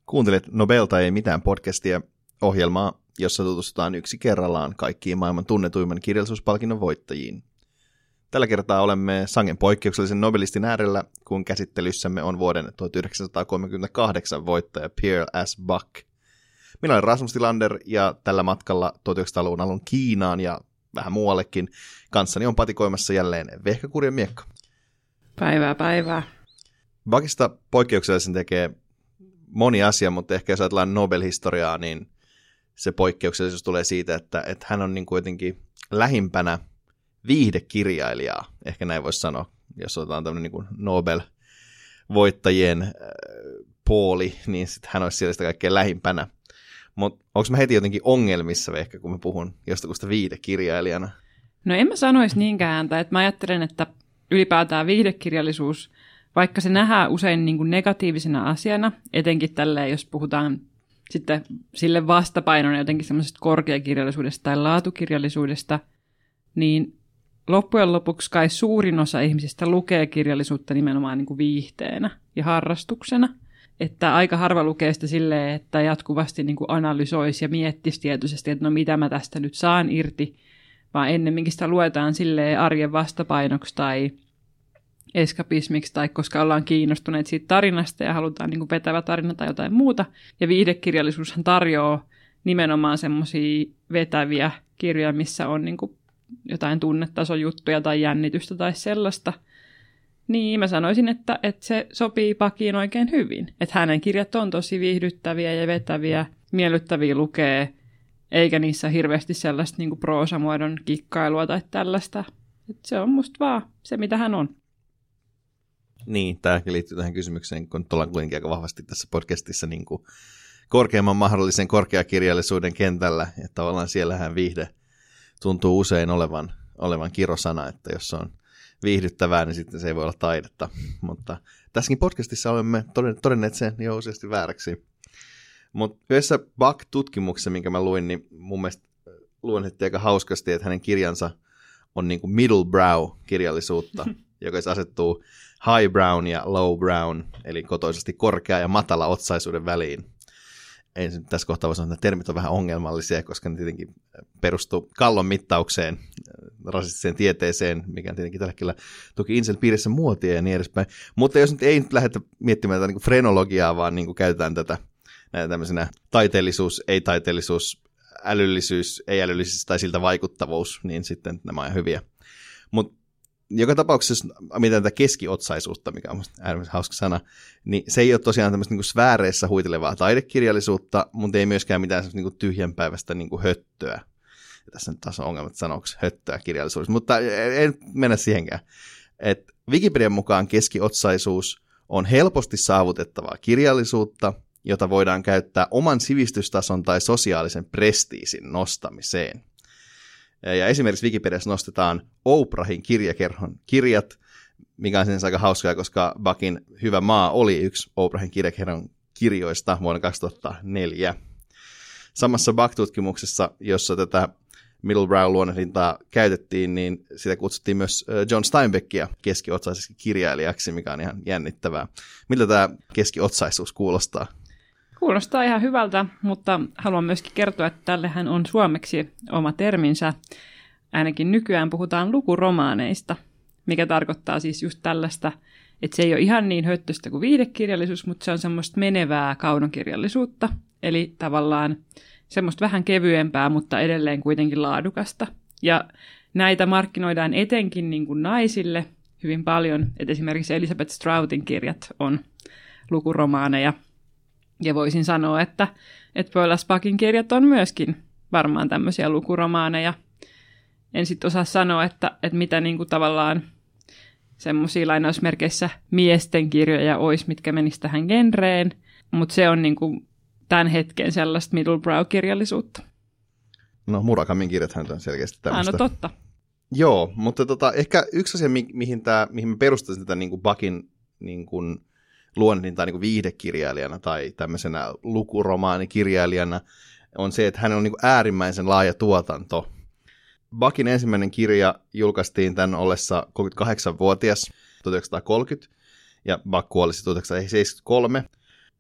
Kuuntelet Nobelta ei mitään podcastia, ohjelmaa, jossa tutustutaan yksi kerrallaan kaikkiin maailman tunnetuimman kirjallisuuspalkinnon voittajiin. Tällä kertaa olemme sangen poikkeuksellisen Nobelistin äärellä, kun käsittelyssämme on vuoden 1938 voittaja Pierre S. Buck. Minä olen Rasmus Tilander ja tällä matkalla 1900-luvun alun Kiinaan ja vähän muuallekin kanssani on patikoimassa jälleen Vehkakurjen Miekka. Päivää. Buckista poikkeuksellisen tekee moni asia, mutta ehkä jos ajatellaan Nobel-historiaa, niin se poikkeuksellisuus tulee siitä, että hän on niin kuitenkin lähimpänä viihdekirjailijaa, ehkä näin voisi sanoa, jos otetaan tämmöinen niin kuin Nobel-voittajien pooli, niin sitten hän olisi siellä sitä kaikkein lähimpänä. Mutta onko mä heti jotenkin ongelmissa ehkä, kun mä puhun jostakusta viihdekirjailijana? No en mä sanoisi niinkään, että mä ajattelen, että ylipäätään viihdekirjallisuus, vaikka se nähdään usein niin kuin negatiivisena asiana, etenkin tälleen, jos puhutaan sitten sille vastapainona jotenkin semmoisesta korkeakirjallisuudesta tai laatukirjallisuudesta, niin loppujen lopuksi kai suurin osa ihmisistä lukee kirjallisuutta nimenomaan niin kuin viihteenä ja harrastuksena. Että aika harva lukee sitä silleen, että jatkuvasti niin kuin analysoisi ja miettisi tietoisesti, että no mitä mä tästä nyt saan irti, vaan ennemminkin sitä luetaan silleen arjen vastapainoksi tai eskapismiksi tai koska ollaan kiinnostuneet siitä tarinasta ja halutaan niin kuin vetävä tarina tai jotain muuta. Ja viihdekirjallisuushan tarjoaa nimenomaan semmoisia vetäviä kirjoja, missä on niin kuin jotain tunnetasojuttuja tai jännitystä tai sellaista. Niin, mä sanoisin, että se sopii Buckiin oikein hyvin. Että hänen kirjat on tosi viihdyttäviä ja vetäviä, miellyttäviä lukee, eikä niissä hirveästi sellaista niin kuin proosamuodon kikkailua tai tällaista. Että se on musta vaan se, mitä hän on. Niin, tämäkin liittyy tähän kysymykseen, kun nyt ollaan kuitenkin aika vahvasti tässä podcastissa niin kuin korkeamman mahdollisen korkeakirjallisuuden kentällä, että tavallaan siellähän viihde tuntuu usein olevan kirosana, että jos on viihdyttävää, niin sitten se ei voi olla taidetta. Mutta tässäkin podcastissa olemme todenneet sen jo useasti vääräksi. Mutta yhdessä Buck-tutkimuksessa, minkä mä luin, niin mun mielestä luonnehti aika hauskasti, että hänen kirjansa on niin kuin middle brow-kirjallisuutta, joka asettuu high brown ja low brown, eli kotoisesti korkea ja matala otsaisuuden väliin. Ei tässä kohtaa voi sanoa, että termit on vähän ongelmallisia, koska ne tietenkin perustuu kallon mittaukseen, rasistiseen tieteeseen, mikä on tietenkin tällä hetkellä toki incel-piirissä muotia ja niin edespäin. Mutta jos nyt ei nyt lähdetä miettimään tätä niin kuin frenologiaa, vaan niin kuin käytetään näitä tämmöisenä taiteellisuus, ei-taiteellisuus, älyllisyys, ei-älyllisyys tai siltä vaikuttavuus, niin sitten nämä on hyviä. Mutta joka tapauksessa, mitä tätä keskiotsaisuutta, mikä on äärimmäisen hauska sana, niin se ei ole tosiaan tämmöistä niin kuin sfääreissä huitelevaa taidekirjallisuutta, mutta ei myöskään mitään niin kuin tyhjänpäiväistä niin kuin höttöä. Ja tässä nyt taas on ongelma, että sanoksi höttöä kirjallisuudessa, mutta ei mennä siihenkään. Et Wikipedian mukaan keskiotsaisuus on helposti saavutettavaa kirjallisuutta, jota voidaan käyttää oman sivistystason tai sosiaalisen prestiisin nostamiseen. Ja esimerkiksi Wikipediassa nostetaan Oprahin kirjakerhon kirjat, mikä on sinänsä aika hauskaa, koska Buckin Hyvä maa oli yksi Oprahin kirjakerhon kirjoista vuonna 2004. Samassa Buck-tutkimuksessa, jossa tätä middle brow-luonnehdintaa käytettiin, niin sitä kutsuttiin myös John Steinbeckia keskiotsaiseksi kirjailijaksi, mikä on ihan jännittävää. Miltä tämä keskiotsaisuus kuulostaa? Kuulostaa ihan hyvältä, mutta haluan myöskin kertoa, että tällehän on suomeksi oma terminsä. Ainakin nykyään puhutaan lukuromaaneista, mikä tarkoittaa siis just tällaista, että se ei ole ihan niin höttöstä kuin viihdekirjallisuus, mutta se on semmoista menevää kaunokirjallisuutta. Eli tavallaan semmoista vähän kevyempää, mutta edelleen kuitenkin laadukasta. Ja näitä markkinoidaan etenkin niin kuin naisille hyvin paljon, että esimerkiksi Elizabeth Stroutin kirjat on lukuromaaneja. Ja voisin sanoa, että Pearl S. Buckin kirjat on myöskin varmaan tämmöisiä lukuromaaneja. En sitten osaa sanoa, että mitä niinku tavallaan semmoisia lainausmerkeissä miesten kirjoja olisi, mitkä menisivät tähän genreen. Mutta se on niinku tämän hetken sellaista middle brow-kirjallisuutta. No Murakamin kirjathan on selkeästi tämmöistä. No totta. Joo, mutta ehkä yksi asia, mihin mä perustaisin tätä niinku Buckin niinku luonnehdintaa niin kuin viihdekirjailijana tai tämmöisenä lukuromaanikirjailijana on se, että hänellä on niin kuin äärimmäisen laaja tuotanto. Buckin ensimmäinen kirja julkaistiin tämän ollessa 38-vuotias 1930 ja Buck kuoli 1973.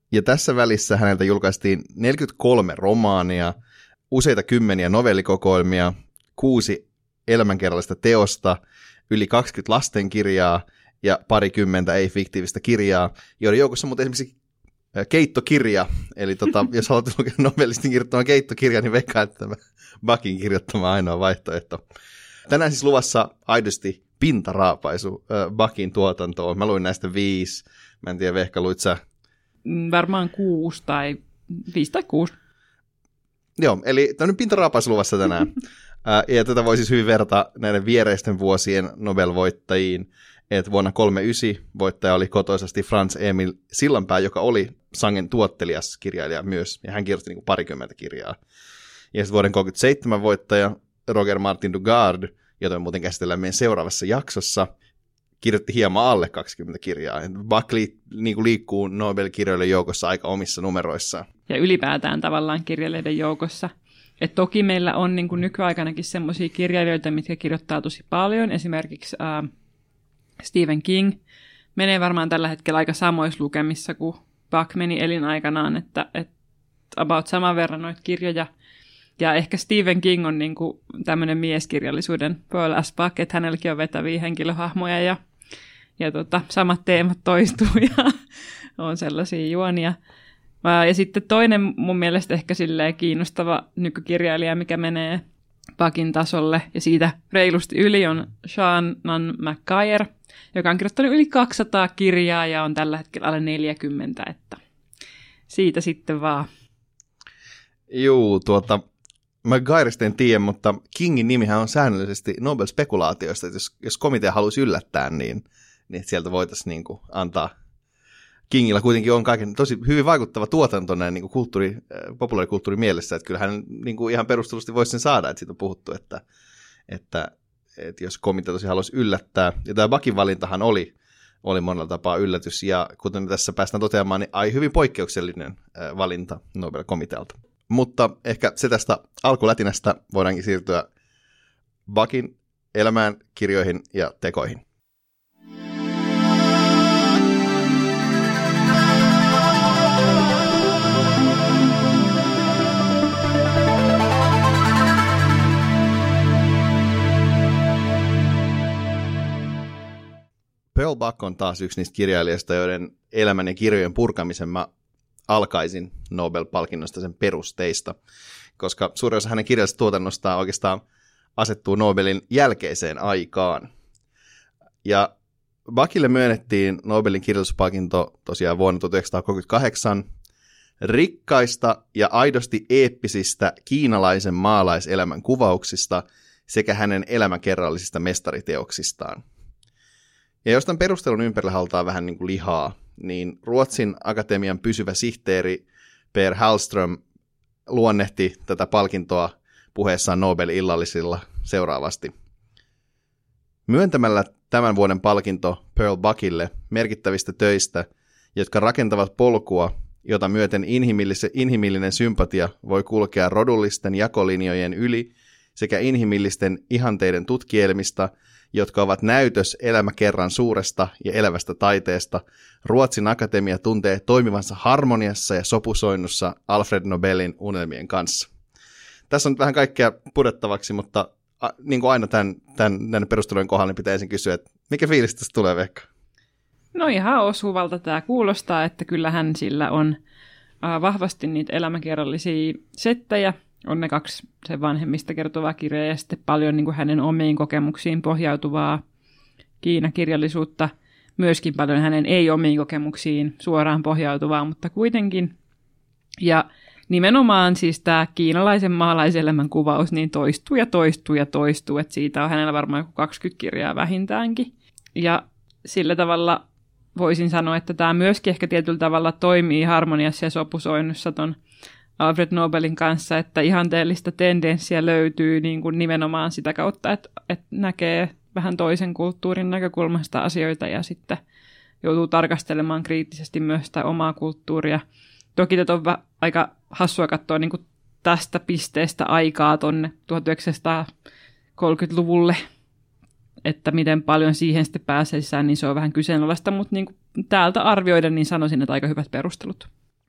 Ja tässä välissä häneltä julkaistiin 43 romaania, useita kymmeniä novellikokoelmia, 6 elämänkerrallista teosta, yli 20 lastenkirjaa ja parikymmentä ei-fiktiivistä kirjaa, joiden joukossa on esimerkiksi keittokirja. Eli jos haluat lukea novellistin kirjoittamaan keittokirja, niin veikkaa, että tämä Buckin kirjoittama ainoa vaihtoehto. Tänään siis luvassa aidosti pintaraapaisu Buckin tuotantoon. Mä luin näistä 5. Mä en tiedä, Vehka, luit sä? Varmaan 5 tai 6. Joo, eli tämmöinen pintaraapaisu luvassa tänään. Ja tätä voi siis hyvin verrata näiden viereisten vuosien Nobel-voittajiin. Että vuonna 1939 voittaja oli kotoisasti Franz Emil Sillanpää, joka oli sangen tuottelias kirjailija myös. Ja hän kirjoitti niin kuin parikymmentä kirjaa. Ja sitten vuoden 1937 voittaja Roger Martin Dugard, jota me muuten käsitellään meidän seuraavassa jaksossa, kirjoitti hieman alle 20 kirjaa. Buck niin liikkuu Nobel-kirjoilijoiden joukossa aika omissa numeroissaan. Ja ylipäätään tavallaan kirjailijoiden joukossa. Et toki meillä on niin kuin nykyaikanakin semmoisia kirjailijoita, mitkä kirjoittaa tosi paljon. Esimerkiksi Stephen King menee varmaan tällä hetkellä aika samoissa lukemissa kuin Buck meni elinaikanaan, että about saman verran noita kirjoja. Ja ehkä Stephen King on niin kuin tämmöinen mieskirjallisuuden Pearl S. Buck, että hänelläkin on vetäviä henkilöhahmoja ja samat teemat toistuu ja on sellaisia juonia. Ja sitten toinen mun mielestä ehkä silleen kiinnostava nykykirjailija, mikä menee Buckin tasolle ja siitä reilusti yli, on Shannon McGuire, joka on kirjoittanut yli 200 kirjaa ja on tällä hetkellä alle 40, että siitä sitten vaan. Juu, McGuiresta en tiedä, mutta Kingin nimihän on säännöllisesti Nobel-spekulaatioista, että jos komitea haluaisi yllättää, niin sieltä voitaisiin niin kuin antaa. Kingillä kuitenkin on kaiken tosi hyvin vaikuttava tuotanto näin niin kuin populaarikulttuurin mielessä, että kyllähän niin kuin ihan perustellusti voisi sen saada, että siitä on puhuttu, että jos komitea tosi haluaisi yllättää. Ja tämä Buckin valintahan oli monella tapaa yllätys, ja kuten me tässä päästään toteamaan, niin hyvin poikkeuksellinen valinta Nobel-komitealta. Mutta ehkä se tästä alkulätinästä voidaankin siirtyä Buckin elämään, kirjoihin ja tekoihin. Pearl Buck on taas yksi niistä kirjailijoista, joiden elämän ja kirjojen purkamisen mä alkaisin Nobel-palkinnosta sen perusteista, koska suurin osa hänen kirjallisesta tuotannostaan oikeastaan asettuu Nobelin jälkeiseen aikaan. Ja Buckille myönnettiin Nobelin kirjallisuuspalkinto tosiaan vuonna 1938 rikkaista ja aidosti eeppisistä kiinalaisen maalaiselämän kuvauksista sekä hänen elämäkerrallisista mestariteoksistaan. Ja jos tämän perustelun ympärillä halutaan vähän niin kuin lihaa, niin Ruotsin akatemian pysyvä sihteeri Per Hallström luonnehti tätä palkintoa puheessaan Nobel-illallisilla seuraavasti. Myöntämällä tämän vuoden palkinto Pearl Buckille merkittävistä töistä, jotka rakentavat polkua, jota myöten inhimillinen sympatia voi kulkea rodullisten jakolinjojen yli sekä inhimillisten ihanteiden tutkielmista, jotka ovat näytös elämäkerran suuresta ja elävästä taiteesta, Ruotsin akatemia tuntee toimivansa harmoniassa ja sopusoinnussa Alfred Nobelin unelmien kanssa. Tässä on nyt vähän kaikkea purettavaksi, mutta niin kuin aina tämän perustelujen kohdalla niin pitää ensin kysyä, että mikä fiilis tästä tulee, Veikka? No ihan osuvalta tämä kuulostaa, että kyllähän sillä on vahvasti niitä elämäkerrallisia settejä. On ne 2 sen vanhemmista kertovaa kirjaa ja sitten paljon niin kuin hänen omiin kokemuksiin pohjautuvaa Kiina-kirjallisuutta. Myöskin paljon hänen ei-omiin kokemuksiin suoraan pohjautuvaa, mutta kuitenkin. Ja nimenomaan siis tämä kiinalaisen maalaiselämän kuvaus niin toistuu ja toistuu ja toistuu, että siitä on hänellä varmaan joku 20 kirjaa vähintäänkin. Ja sillä tavalla voisin sanoa, että tämä myöskin ehkä tietyllä tavalla toimii harmoniassa ja sopusoinnussa ton Alfred Nobelin kanssa, että ihanteellista tendenssiä löytyy niin kuin nimenomaan sitä kautta, että näkee vähän toisen kulttuurin näkökulmasta asioita ja sitten joutuu tarkastelemaan kriittisesti myös sitä omaa kulttuuria. Toki tätä on aika hassua katsoa niin kuin tästä pisteestä aikaa tonne 1930-luvulle, että miten paljon siihen sitten pääsee sisään, niin se on vähän kyseenalaista, mutta niin kuin täältä arvioida, niin sanoisin, että aika hyvät perustelut.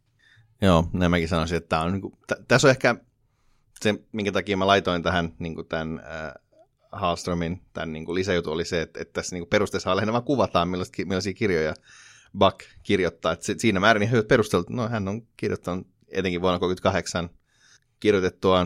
Joo, näin mäkin sanoisin, että tämä on, niin kuin, tässä on ehkä se, minkä takia mä laitoin tähän niin kuin tämän Hallströmin tämän niin kuin lisäjutu oli se, että tässä niin kuin perusteessa lähinnä vaan kuvataan, millaisia kirjoja Buck kirjoittaa. Että siinä määrin ihan hyvät perustelut. No hän on kirjoittanut etenkin vuonna 1938 kirjoitettuaan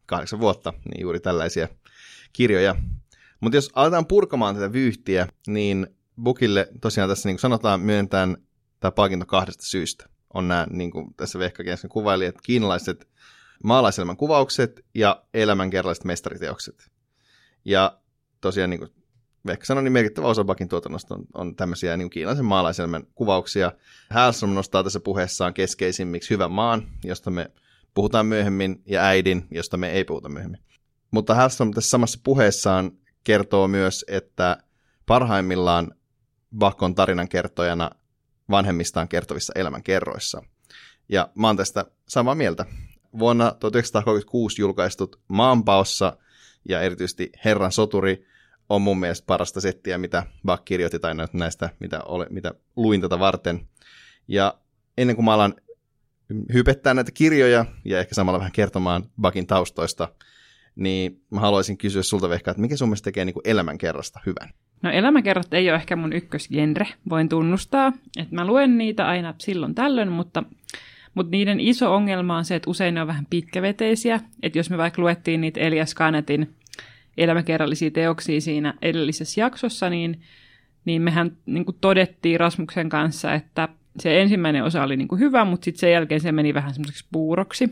8 vuotta, niin juuri tällaisia kirjoja. Mutta jos aletaan purkamaan tätä vyyhtiä, niin Buckille tosiaan tässä niin kuin sanotaan myöntään tämä palkinto 2 syystä. On nämä, niin kuin tässä Vehkakin äsken kuvaili, että kiinalaiset maalaiselämän kuvaukset ja elämänkerralliset mestariteokset. Ja tosiaan, niin kuin Vehka sanoi, niin merkittävä osa Buckin tuotannosta on tämmöisiä niin kiinalaisen maalaiselämän kuvauksia. Hallström nostaa tässä puheessaan keskeisimmiksi Hyvän maan, josta me puhutaan myöhemmin, ja Äidin, josta me ei puhuta myöhemmin. Mutta Hallström tässä samassa puheessaan kertoo myös, että parhaimmillaan Buck on tarinankertojana vanhemmistaan kertovissa elämänkerroissa. Ja mä oon tästä samaa mieltä. Vuonna 1936 julkaistut Maanpaossa ja erityisesti Herran soturi on mun mielestä parasta settiä, mitä Buck kirjoitti tai näistä, mitä luin tätä varten. Ja ennen kuin mä alan hypettää näitä kirjoja ja ehkä samalla vähän kertomaan Buckin taustoista, niin mä haluaisin kysyä sulta, Vehka, että mikä sun mielestä tekee niin kuin elämänkerrasta hyvän? No elämänkerrat ei ole ehkä mun ykkösgenre, voin tunnustaa. Että mä luen niitä aina silloin tällöin, mutta niiden iso ongelma on se, että usein ne on vähän pitkäveteisiä. Että jos me vaikka luettiin niitä Elias Canetin elämäkerrallisia teoksia siinä edellisessä jaksossa, niin mehän niin kuin todettiin Rasmuksen kanssa, että se ensimmäinen osa oli niin kuin hyvä, mutta sitten sen jälkeen se meni vähän semmoiseksi puuroksi.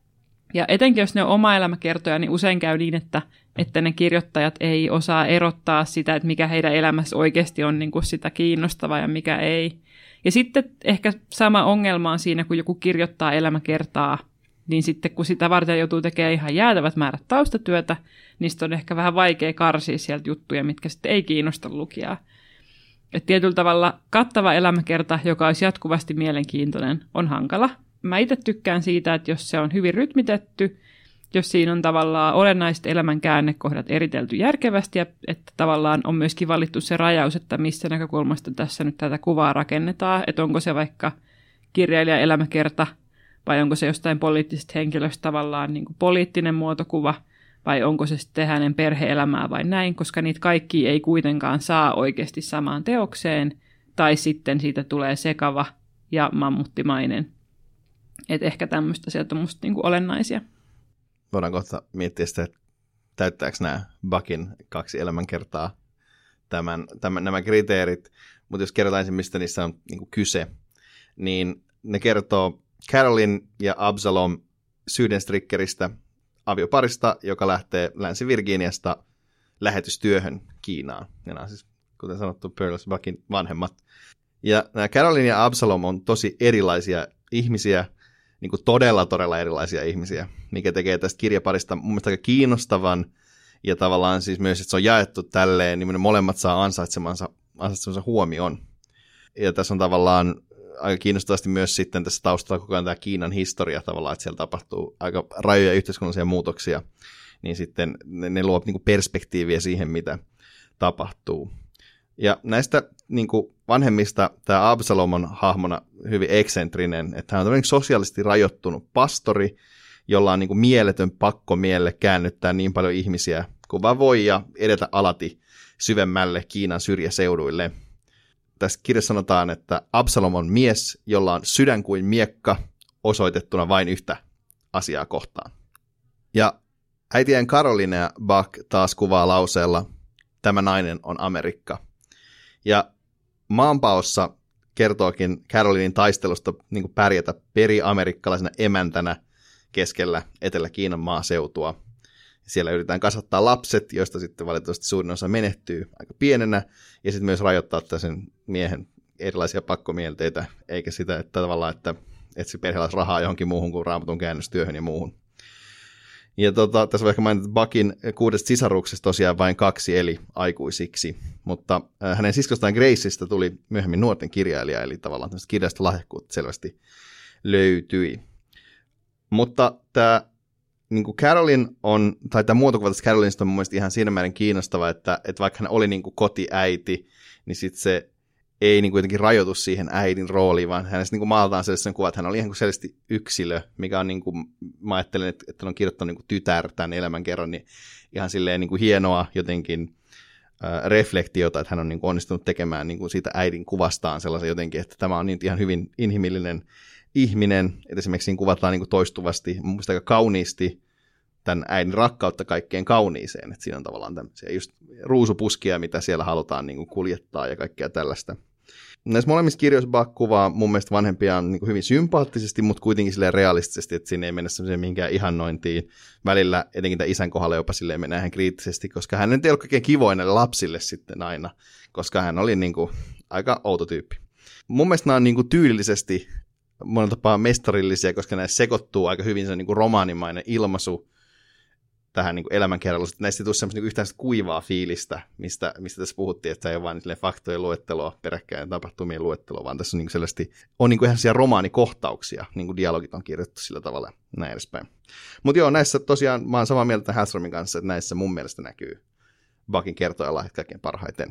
Ja etenkin jos ne on oma elämäkertoja, niin usein käy niin, että ne kirjoittajat ei osaa erottaa sitä, että mikä heidän elämässä oikeasti on niin kuin sitä kiinnostavaa ja mikä ei. Ja sitten ehkä sama ongelma on siinä, kun joku kirjoittaa elämäkertaa, niin sitten kun sitä varten joutuu tekemään ihan jäätävät määrät taustatyötä, niin sitten on ehkä vähän vaikea karsia sieltä juttuja, mitkä sitten ei kiinnosta lukijaa. Et tietyllä tavalla kattava elämäkerta, joka olisi jatkuvasti mielenkiintoinen, on hankala. Mä itse tykkään siitä, että jos se on hyvin rytmitetty, jos siinä on tavallaan olennaiset elämän käännekohdat eritelty järkevästi, ja että tavallaan on myöskin valittu se rajaus, että missä näkökulmasta tässä nyt tätä kuvaa rakennetaan, että onko se vaikka kirjailijan elämäkerta, vai onko se jostain poliittisesta henkilöstä tavallaan niin kuin poliittinen muotokuva, vai onko se sitten hänen perhe-elämää vai näin, koska niitä kaikki ei kuitenkaan saa oikeasti samaan teokseen, tai sitten siitä tulee sekava ja mammuttimainen. Että ehkä tämmöistä sieltä on musta niinku olennaisia. Voidaan kohta miettiä sitä, että täyttääkö nämä Buckin 2 elämänkertaa nämä kriteerit, mutta jos kerrotaan ensin, mistä niissä on niinku kyse, niin ne kertoo Carolyn ja Absalom Südenstrickeristä, avioparista, joka lähtee Länsi-Virginiasta lähetystyöhön Kiinaan. Ja nämä on siis, kuten sanottu, Pearls Buckin vanhemmat. Ja nämä Carolyn ja Absalom on tosi erilaisia ihmisiä, niin kuin todella erilaisia ihmisiä, mikä tekee tästä kirjaparista mun mielestä aika kiinnostavan, ja tavallaan siis myös, että se on jaettu tälleen, niin ne molemmat saa ansaitsemansa huomioon. Ja tässä on tavallaan aika kiinnostavasti myös sitten tässä taustalla koko ajan tämä Kiinan historia tavallaan, että siellä tapahtuu aika rajoja yhteiskunnallisia muutoksia, niin sitten ne luo niin kuin perspektiiviä siihen, mitä tapahtuu. Ja näistä niin kuin vanhemmista tämä Absalom on hahmona hyvin eksentrinen, että hän on sosiaalisesti rajoittunut pastori, jolla on niin kuin mieletön pakko mielelle käännyttää niin paljon ihmisiä kuin vaan voi ja edetä alati syvemmälle Kiinan syrjäseuduille. Tässä kirjassa sanotaan, että Absalom on mies, jolla on sydän kuin miekka osoitettuna vain yhtä asiaa kohtaan. Ja äitien Carolinea Buck taas kuvaa lauseella, tämä nainen on Amerikka. Ja Maanpaossa kertookin Carolinin taistelusta niin kuin pärjätä periamerikkalaisena emäntänä keskellä Etelä-Kiinan maaseutua. Siellä yritetään kasvattaa lapset, joista sitten valitettavasti suurin osa menehtyy aika pienenä, ja sitten myös rajoittaa sen miehen erilaisia pakkomielteitä, eikä sitä, että tavallaan, että se perhe laisi rahaa johonkin muuhun kuin Raamatun käännöstyöhön ja muuhun. Ja tässä voi ehkä mainita, että Buckin 6 sisaruksesta tosiaan vain 2 eli aikuisiksi, mutta hänen siskostaan Graceista tuli myöhemmin nuorten kirjailija, eli tavallaan tämmöistä kirjasta lahjakkuutta selvästi löytyi. Mutta tämä niin kuin Carolyn on, tai tämä muotokuva tästä Carolinista on mun mielestä ihan siinä määrin kiinnostava, että vaikka hän oli niin kuin kotiäiti, niin sitten se ei niin kuitenkin rajoitu siihen äidin rooliin, vaan hänestä niin kuin maalataan sellaisen kuvan, että hän oli ihan kuin selvästi yksilö, mikä on, niin kuin, mä ajattelen, että hän on kirjoittanut niin kuin tytär tämän elämänkerran, niin ihan silleen niin kuin hienoa jotenkin reflektiota, että hän on niin kuin onnistunut tekemään niin kuin siitä äidin kuvastaan sellaisen jotenkin, että tämä on niin ihan hyvin inhimillinen ihminen, että esimerkiksi siinä kuvataan niin kuin toistuvasti, mun mielestä aika kauniisti, tämän äidin rakkautta kaikkeen kauniiseen, että siinä on tavallaan tämmöisiä just ruusupuskia, mitä siellä halutaan niin kuin kuljettaa ja kaikkea tällaista. Näissä molemmissa kirjoissa Bach kuvaa mun mielestä vanhempiaan niin kuin hyvin sympaattisesti, mutta kuitenkin silleen realistisesti, että siinä ei mennä semmoiseen mihinkään ihannointiin. Välillä etenkin tämän isän kohdalla jopa silleen mennään ihan kriittisesti, koska hän ei ollut kaikkein kivoin näille lapsille sitten aina, koska hän oli niin kuin aika outo tyyppi. Mun mielestä nämä on niin kuin tyylillisesti monella tapaa mestarillisia, koska näissä sekoittuu aika hyvin se niin kuin romaanimainen ilmaisu tähän niin elämänkerrallisuuteen. Näistä ei tule semmoista niin yhtään kuivaa fiilistä, mistä tässä puhuttiin, että ei ole vain faktojen luetteloa, peräkkäin tapahtumien luetteloa, vaan tässä on niin selvästi on niin ihan siellä romaanikohtauksia, niin kuin dialogit on kirjoitettu sillä tavalla, näin edespäin. Mutta joo, näissä tosiaan mä oon samaa mieltä Hallströmin kanssa, että näissä mun mielestä näkyy Bachin kertojalahjat kaikkein parhaiten.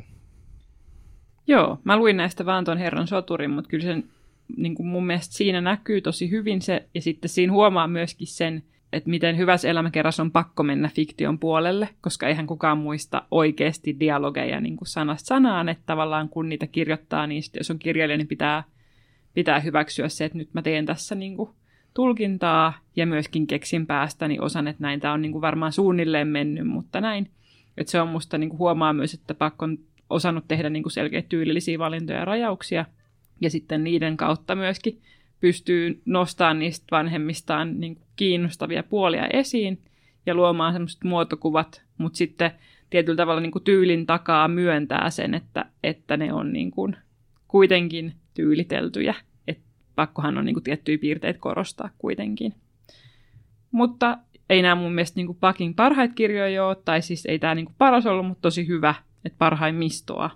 Joo, mä luin näistä vaan tuon Herran soturin, mutta kyllä sen, niin kuin mun mielestä siinä näkyy tosi hyvin se, ja sitten siinä huomaa myöskin sen, että miten hyvässä elämäkerrassa on pakko mennä fiktion puolelle, koska eihän kukaan muista oikeasti dialogeja niin kuin sanasta sanaan, että tavallaan kun niitä kirjoittaa, niin sitten jos on kirjailija, niin pitää hyväksyä se, että nyt mä teen tässä niin kuin tulkintaa ja myöskin keksin päästäni osan, että näin tämä on niin kuin varmaan suunnilleen mennyt, mutta näin. Että se on musta niin kuin huomaa myös, että Bach on osannut tehdä niin kuin selkeitä tyylillisiä valintoja ja rajauksia, ja sitten niiden kautta myöskin pystyy nostamaan niistä vanhemmistaan niin kuin kiinnostavia puolia esiin ja luomaan semmoiset muotokuvat, mutta sitten tietyllä tavalla niin kuin tyylin takaa myöntää sen, että ne on niin kuin kuitenkin tyyliteltyjä. Et pakkohan on niin kuin tiettyjä piirteitä korostaa kuitenkin. Mutta ei nämä mun mielestä niin kuin Bachin parhaita kirjoja ole, tai siis ei tämä niin kuin paras ollut, mutta tosi hyvä, että parhaimmistoa.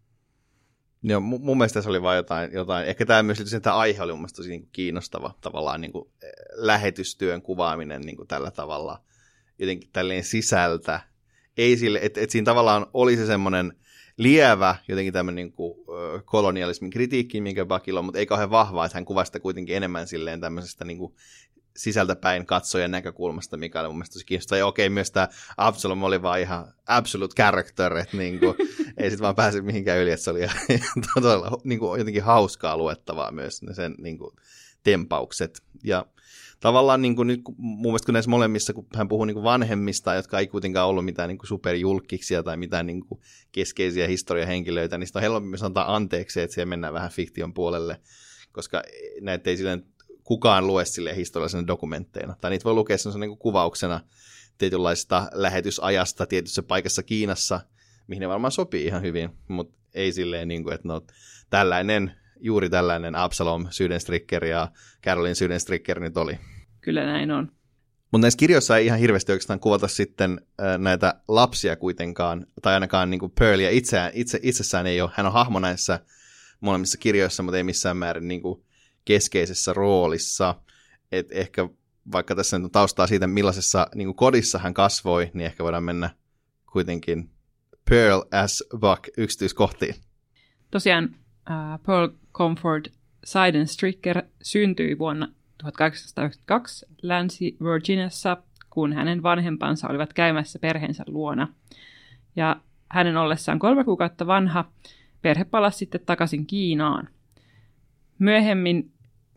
Joo, mun mielestä se oli vain jotain. Ehkä tämä myös tämä aihe oli mun mielestä tosi niin kuin kiinnostava tavallaan niin kuin lähetystyön kuvaaminen niin kuin tällä tavalla jotenkin tälleen sisältä. Ei sille, että siinä tavallaan oli se semmoinen lievä jotenkin tämmöinen niin kuin kolonialismin kritiikki, minkä Bachilla on, mutta ei kauhean vahvaa, että hän kuvasi sitä kuitenkin enemmän silleen tämmöisestä niin kuin sisältäpäin katsojan näkökulmasta, mikä oli mun mielestä tosi kiinnostavaa. Ja okei, myös tämä Absalom oli vaan ihan absolute character, että niinku, ei sitten vaan pääse mihinkään yli, että se oli todella niinku, jotenkin hauskaa luettavaa myös ne sen niinku, tempaukset. Ja tavallaan niinku, nyt mun mielestä kun näissä molemmissa, kun hän puhuu niinku, vanhemmista, jotka ei kuitenkaan ollut mitään niinku, superjulkkiksia tai mitään niinku, keskeisiä historiahenkilöitä, niin sitä on helpompi myös antaa anteeksi, että siellä mennään vähän fiktion puolelle, koska näitä ei silleen kukaan lue silleen historiallisena dokumentteina. Tai niitä voi lukea sellaisena niin kuvauksena tietynlaista lähetysajasta tietyssä paikassa Kiinassa, mihin ne varmaan sopii ihan hyvin, mutta ei silleen, niin kuin, että no, juuri tällainen Absalom Südenstricker ja Caroline Südenstricker nyt oli. Kyllä näin on. Mutta näissä kirjoissa ei ihan hirveästi oikeastaan kuvata sitten näitä lapsia kuitenkaan, tai ainakaan niin kuin Pearlia itsessään ei ole. Hän on hahmo näissä molemmissa kirjoissa, mutta ei missään määrin niin kuin keskeisessä roolissa, että ehkä vaikka tässä nyt on taustaa siitä, millaisessa niin kuin kodissa hän kasvoi, niin ehkä voidaan mennä kuitenkin Pearl as Bach yksityiskohtiin. Tosiaan Pearl Comfort Seidenstricker syntyi vuonna 1892 Länsi-Virginiassa, kun hänen vanhempansa olivat käymässä perheensä luona. Ja hänen ollessaan 3 kuukautta vanha, perhe palasi sitten takaisin Kiinaan. Myöhemmin,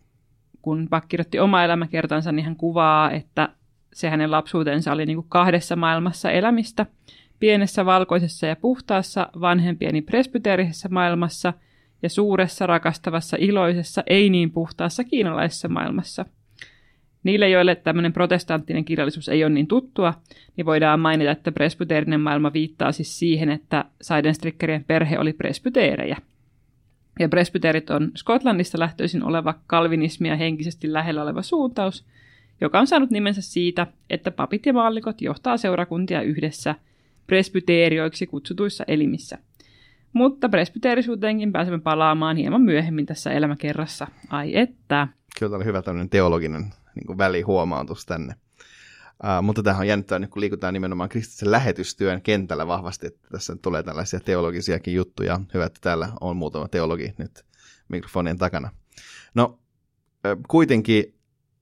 kun Bach kirjoitti oma elämäkertansa, niin hän kuvaa, että se hänen lapsuutensa oli niin kuin 2 maailmassa elämistä. Pienessä, valkoisessa ja puhtaassa, vanhempieni presbyteerisessä maailmassa ja suuressa, rakastavassa, iloisessa, ei niin puhtaassa kiinalaisessa maailmassa. Niille, joille tämmöinen protestanttinen kirjallisuus ei ole niin tuttua, niin voidaan mainita, että presbyteerinen maailma viittaa siis siihen, että Seidenstrickerien perhe oli presbyteerejä. Ja presbyteerit on Skotlannista lähtöisin oleva kalvinismia henkisesti lähellä oleva suuntaus, joka on saanut nimensä siitä, että papit ja maallikot johtaa seurakuntia yhdessä presbyteerioiksi kutsutuissa elimissä. Mutta presbyteerisuuteenkin pääsemme palaamaan hieman myöhemmin tässä elämäkerrassa. Ai että. Kyllä oli hyvä tämmöinen teologinen niin kuin välihuomautus tänne. Mutta tämähän on jännittävää, nyt kun liikutaan nimenomaan kristillisen lähetystyön kentällä vahvasti, että tässä tulee tällaisia teologisiakin juttuja. Hyvä, että täällä on muutama teologi nyt mikrofonien takana. No, kuitenkin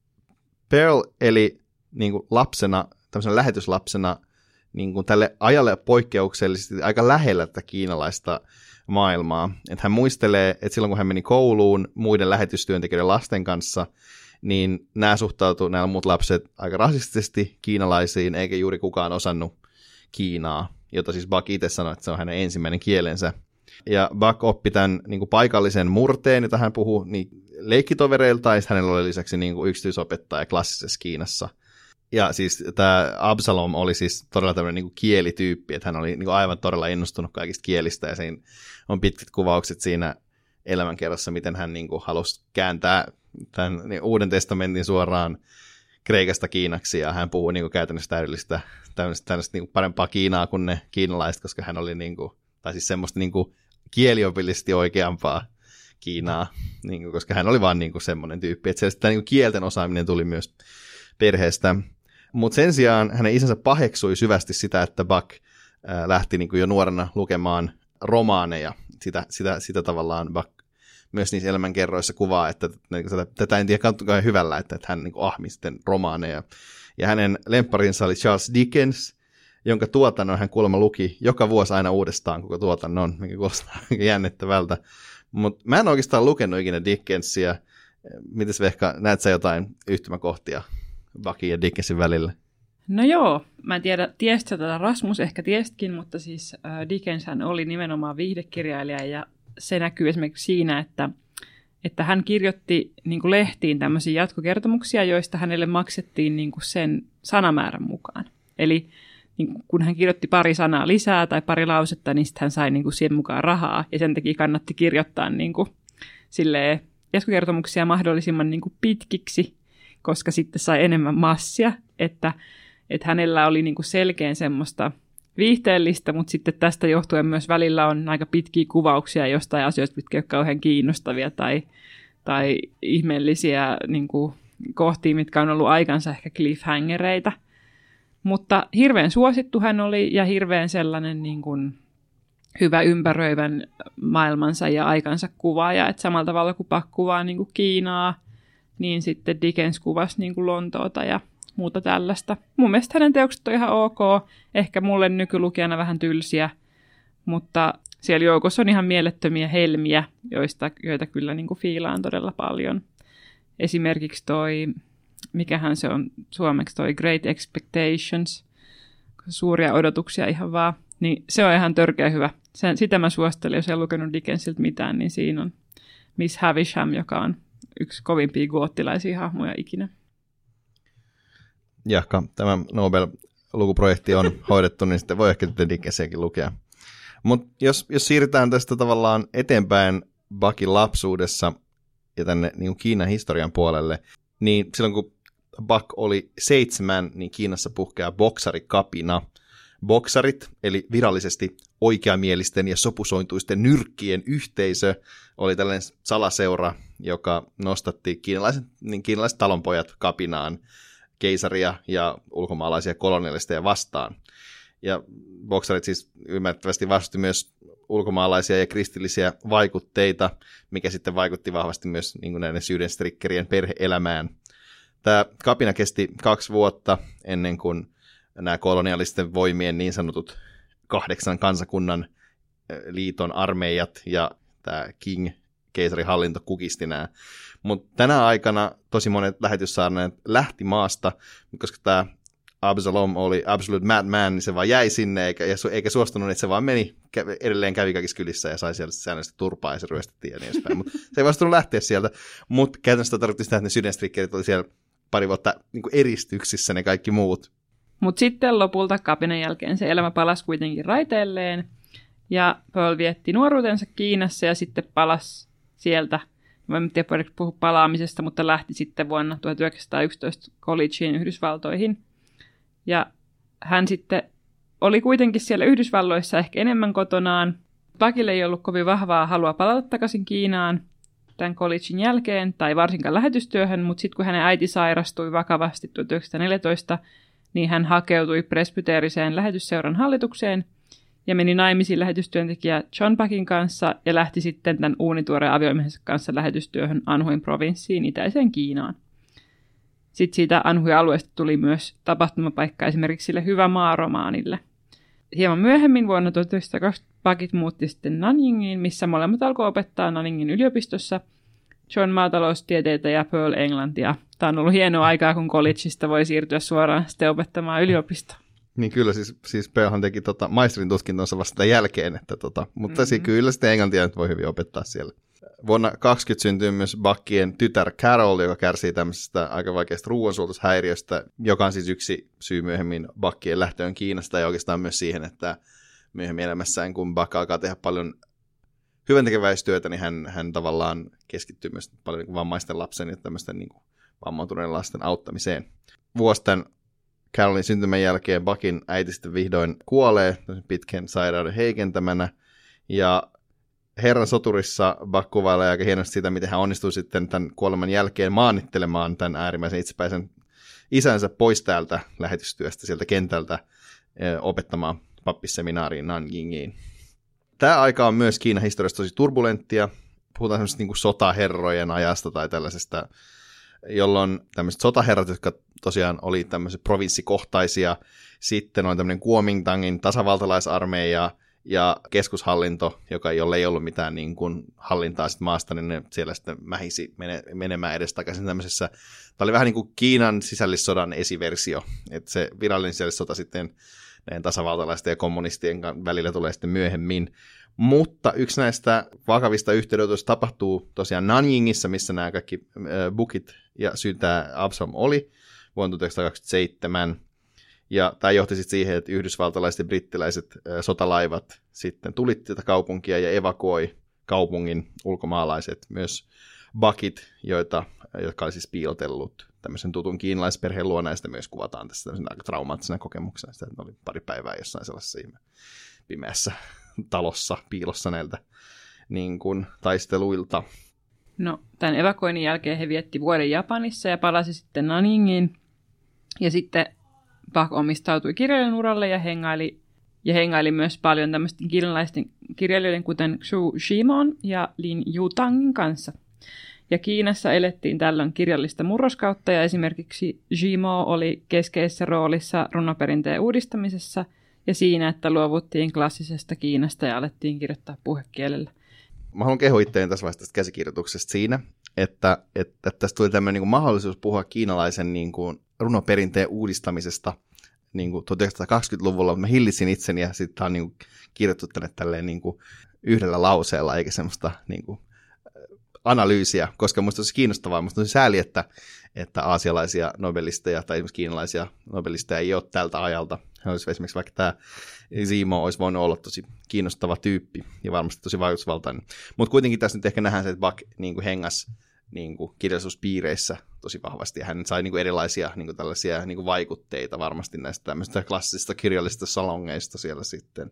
Pearl eli niin kuin lapsena, tämmöisenä lähetyslapsena, niin kuin tälle ajalle poikkeuksellisesti aika lähellä tätä kiinalaista maailmaa. Että hän muistelee, että silloin kun hän meni kouluun muiden lähetystyöntekijöiden lasten kanssa, niin nämä muut lapset aika rasistisesti kiinalaisiin, eikä juuri kukaan osannut kiinaa, jota siis Buck itse sanoi, että se on hänen ensimmäinen kielensä. Ja Buck oppi tämän niin kuin paikallisen murteen, jota hän puhui niin leikkitovereilta, ja hänellä oli lisäksi niin kuin yksityisopettaja klassisessa Kiinassa. Ja siis tämä Absalom oli siis todella tämmöinen niin kuin kielityyppi, että hän oli niin kuin aivan todella innostunut kaikista kielistä, ja siinä on pitkät kuvaukset siinä elämänkerrassa, miten hän niin kuin halusi kääntää tämän niin Uuden testamentin suoraan Kreikasta Kiinaksi, ja hän puhui niin kuin käytännössä tämmöistä niin kuin parempaa Kiinaa kuin ne kiinalaiset, koska hän oli niin kuin, tai siis semmoista niin kuin kieliopillisesti oikeampaa Kiinaa, niin kuin, koska hän oli vaan niin kuin semmoinen tyyppi, että tämä niin kuin kielten osaaminen tuli myös perheestä. Mutta sen sijaan hänen isänsä paheksui syvästi sitä, että Buck lähti niin kuin jo nuorena lukemaan romaaneja. Sitä tavallaan Buck myös niissä elämänkerroissa kuvaa, että tätä en tiedä katsotaan hyvällä, että hän niin kuin ahmi sitten romaaneja. Ja hänen lempparinsa oli Charles Dickens, jonka tuotannon hän kuulemma luki joka vuosi aina uudestaan koko tuotannon, mikä kuulostaa jännittävältä. Mutta mä en oikeastaan lukenut ikinä Dickensia. Mites Vehka, näet sä jotain yhtymäkohtia Buckin ja Dickensin välillä? No joo, mä en tiedä, tiesitkö tätä Rasmus, ehkä tiesitkin, mutta siis Dickens hän oli nimenomaan viihdekirjailija, ja se näkyy esimerkiksi siinä, että hän kirjoitti niin kuin lehtiin tämmöisiä jatkokertomuksia, joista hänelle maksettiin niin kuin sen sanamäärän mukaan. Eli niin kun hän kirjoitti pari sanaa lisää tai pari lausetta, niin sitten hän sai niin kuin siihen mukaan rahaa, ja sen takia kannatti kirjoittaa niin kuin silleen jatkokertomuksia mahdollisimman niin kuin pitkiksi, koska sitten sai enemmän massia, että hänellä oli niin kuin selkeän semmoista viihteellistä, mutta sitten tästä johtuen myös välillä on aika pitkiä kuvauksia jostain asioista, mitkä ovat kauhean kiinnostavia tai ihmeellisiä niin kuin kohtia, mitkä on ollut aikansa ehkä cliffhangereita. Mutta hirveän suosittu hän oli ja hirveän sellainen niin kuin hyvä ympäröivän maailmansa ja aikansa kuvaaja, että samalla tavalla kuin Buck kuvaa niin kuin Kiinaa, niin sitten Dickens kuvasi niin kuin Lontoota ja muuta tällaista. Mun mielestä hänen teokset on ihan ok, ehkä mulle nykylukijana vähän tylsiä, mutta siellä joukossa on ihan mielettömiä helmiä, joita kyllä niin kuin fiilaan todella paljon. Esimerkiksi mikähän se on suomeksi, Great Expectations, suuria odotuksia ihan vaan, niin se on ihan törkeä hyvä. Sitä mä suosittelen, jos en lukenut Dickensiltä mitään, niin siinä on Miss Havisham, joka on yksi kovimpia goottilaisia hahmoja ikinä. Jahka tämä Nobel-lukuprojekti on hoidettu, niin sitten voi ehkä tätä Dickensiäkin lukea. Mutta jos siirrytään tästä tavallaan eteenpäin Buckin lapsuudessa ja tänne niin Kiinan historian puolelle, niin silloin kun Buck oli 7, niin Kiinassa puhkeaa boksarikapina. Boksarit, eli virallisesti oikeamielisten ja sopusointuisten nyrkkien yhteisö, oli tällainen salaseura, joka nostatti kiinalaiset talonpojat kapinaan keisaria ja ulkomaalaisia kolonialisteja vastaan. Ja boksarit siis ymmärrettävästi vastusti myös ulkomaalaisia ja kristillisiä vaikutteita, mikä sitten vaikutti vahvasti myös niin kuin näiden Südenstrickerien perhe-elämään. Tämä kapina kesti 2 vuotta ennen kuin nämä kolonialisten voimien niin sanotut 8 kansakunnan liiton armeijat ja tämä King-keisarihallinto kukisti nämä. Mutta tänä aikana tosi monet lähetyssaarneet lähti maasta, koska tämä Absalom oli absolute madman, niin se vaan jäi sinne eikä suostunut, että se vaan edelleen kävi kaikissa kylissä ja sai sieltä säännöllisesti turpaa ja se ryöstettiin ja niin edespäin. Mutta se ei vastunut lähteä sieltä, mutta käytännössä tarkoitti sitä, että ne Südenstrickerit oli siellä pari vuotta niin kuin eristyksissä ne kaikki muut. Mutta sitten lopulta kapinan jälkeen se elämä palasi kuitenkin raiteilleen ja Pearl vietti nuoruutensa Kiinassa ja sitten palasi sieltä. Mä en tiedä puhua palaamisesta, mutta lähti sitten vuonna 1911 collegeen Yhdysvaltoihin. Ja hän sitten oli kuitenkin siellä Yhdysvalloissa ehkä enemmän kotonaan. Buckille ei ollut kovin vahvaa halua palata takaisin Kiinaan tämän collegein jälkeen, tai varsinkaan lähetystyöhön, mutta sitten kun hänen äiti sairastui vakavasti 1914, niin hän hakeutui presbyteeriseen lähetysseuran hallitukseen ja meni naimisiin lähetystyöntekijä John Buckin kanssa ja lähti sitten tämän uunituoreen aviomiehensä kanssa lähetystyöhön Anhuin provinssiin itäiseen Kiinaan. Sitten siitä Anhui-alueesta tuli myös tapahtumapaikka esimerkiksi sille Hyvä maa-romaanille. Hieman myöhemmin vuonna 1920 Buckit muutti sitten Nanyingiin, missä molemmat alkoi opettaa Nanyingin yliopistossa John maataloustieteitä ja Pearl englantia. Tämä on ollut hienoa aikaa, kun collegeista voi siirtyä suoraan sitten opettamaan yliopistoa. Niin kyllä, siis Pearlhan teki maisterin tutkintonsa vasta jälkeen, mutta kyllä sitten englantia nyt voi hyvin opettaa siellä. Vuonna 2020 syntyi myös Buckien tytär Carol, joka kärsii tämmöisestä aika vaikeasta ruoansuotushäiriöstä, joka on siis yksi syy myöhemmin Buckien lähtöön Kiinasta ja oikeastaan myös siihen, että myöhemmin elämässään, kun Buck alkaa tehdä paljon hyväntekeväistyötä, niin hän tavallaan keskittyy myös paljon niin kuin vammaisten lapsen ja tämmöisten niin kuin vammautuneiden lasten auttamiseen. Vuosi tämän Carolin syntymän jälkeen Buckin äiti sitten vihdoin kuolee pitkän sairauden heikentämänä, ja Herran soturissa Buck kuvailee aika hienosti sitä, miten hän onnistui sitten tämän kuoleman jälkeen maanittelemaan tämän äärimmäisen itsepäisen isänsä pois täältä lähetystyöstä, sieltä kentältä opettamaan pappisseminaariin Nanjingiin. Tämä aika on myös Kiinan historiassa tosi turbulenttia. Puhutaan semmoisesta niin kuin sotaherrojen ajasta tai tällaisesta, jolloin tämmöiset sotaherrat, jotka tosiaan oli tämmöiset provinssikohtaisia, sitten on tämmöinen Kuomintangin tasavaltalaisarmeija ja keskushallinto, jolle ei ollut mitään niin kuin hallintaa sit maasta, niin ne siellä sitten mähisi menemään edestakaisin tämmöisessä. Tämä oli vähän niin kuin Kiinan sisällissodan esiversio, että se virallinen sisällissota sitten näiden tasavaltalaisten ja kommunistien välillä tulee sitten myöhemmin. Mutta yksi näistä vakavista yhteydenotoista tapahtuu tosiaan Nanyingissa, missä nämä kaikki Buckit ja Syltä Absalom oli vuonna 1927. Ja tämä johti sitten siihen, että yhdysvaltalaiset ja brittiläiset sotalaivat sitten tuli tätä kaupunkia ja evakuoi kaupungin ulkomaalaiset, myös Buckit, jotka oli siis piilotellut tämmöisen tutun kiinalaisperheen luona, ja sitä myös kuvataan tässä tämmöisen aika traumaattisena kokemuksena, sitä, että oli pari päivää jossain sellaisessa pimeässä talossa piilossa näiltä niin kuin taisteluilta. No, tämän evakuoinnin jälkeen he vietti vuoden Japanissa ja palasi sitten Nanyingiin, ja sitten Buck omistautui kirjailijan uralle ja hengaili myös paljon tämmöisten kiinalaisten kirjailijoiden, kuten Xu Shimon ja Lin Yutangin kanssa. Ja Kiinassa elettiin tällöin kirjallista murroskautta, ja esimerkiksi Shimo oli keskeisessä roolissa runoperinteen uudistamisessa ja siinä, että luovuttiin klassisesta Kiinasta ja alettiin kirjoittaa puhekielellä. Mä haluan kehua itseäni tässä vaiheessa tästä käsikirjoituksesta siinä, että tästä tuli tämmöinen niin kuin mahdollisuus puhua kiinalaisen niin kuin runoperinteen uudistamisesta niin kuin 1920-luvulla, mutta mä hillitsin itseni ja sitten tämä on niin kuin kirjoittu tänne tälleen niin kuin yhdellä lauseella, eikä semmoista niin kuin analyysiä, koska musta olisi kiinnostavaa, musta olisi sääli, että aasialaisia nobelisteja tai esimerkiksi kiinalaisia nobelisteja ei ole tältä ajalta. Olisi esimerkiksi vaikka tämä Shimo olisi voinut olla tosi kiinnostava tyyppi ja varmasti tosi vaikutusvaltainen. Mutta kuitenkin tässä nyt ehkä nähdään se, että Buck niin kuin hengasi niin kuin kirjallisuuspiireissä tosi vahvasti, ja hän sai niin kuin erilaisia niin kuin tällaisia niin kuin vaikutteita varmasti näistä tämmöistä klassisista kirjallisista salongeista siellä sitten.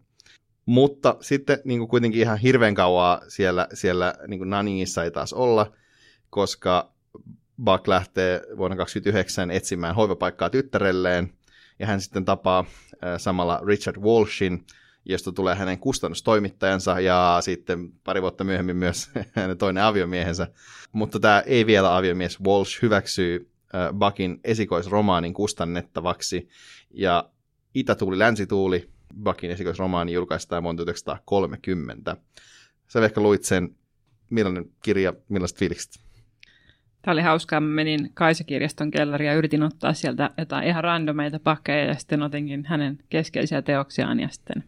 Mutta sitten niin kuin kuitenkin ihan hirveän kauaa siellä niin kuin Nanyingissa ei taas olla, koska Buck lähtee vuonna 1929 etsimään hoivapaikkaa tyttärelleen, ja hän sitten tapaa samalla Richard Walshin, josta tulee hänen kustannustoimittajansa ja sitten pari vuotta myöhemmin myös hänen toinen aviomiehensä. Mutta tämä ei vielä aviomies Walsh hyväksyy Buckin esikoisromaanin kustannettavaksi, ja Itätuuli, länsituuli, Buckin esikoisromaani julkaistaan vuonna 1930. Sä ehkä luit sen, millainen kirja, millaiset fiilikset? Tämä oli hauskaa. Mä menin Kaisa-kirjaston kellariin ja yritin ottaa sieltä jotain ihan randomeita pakkeja ja sitten otinkin hänen keskeisiä teoksiaan ja sitten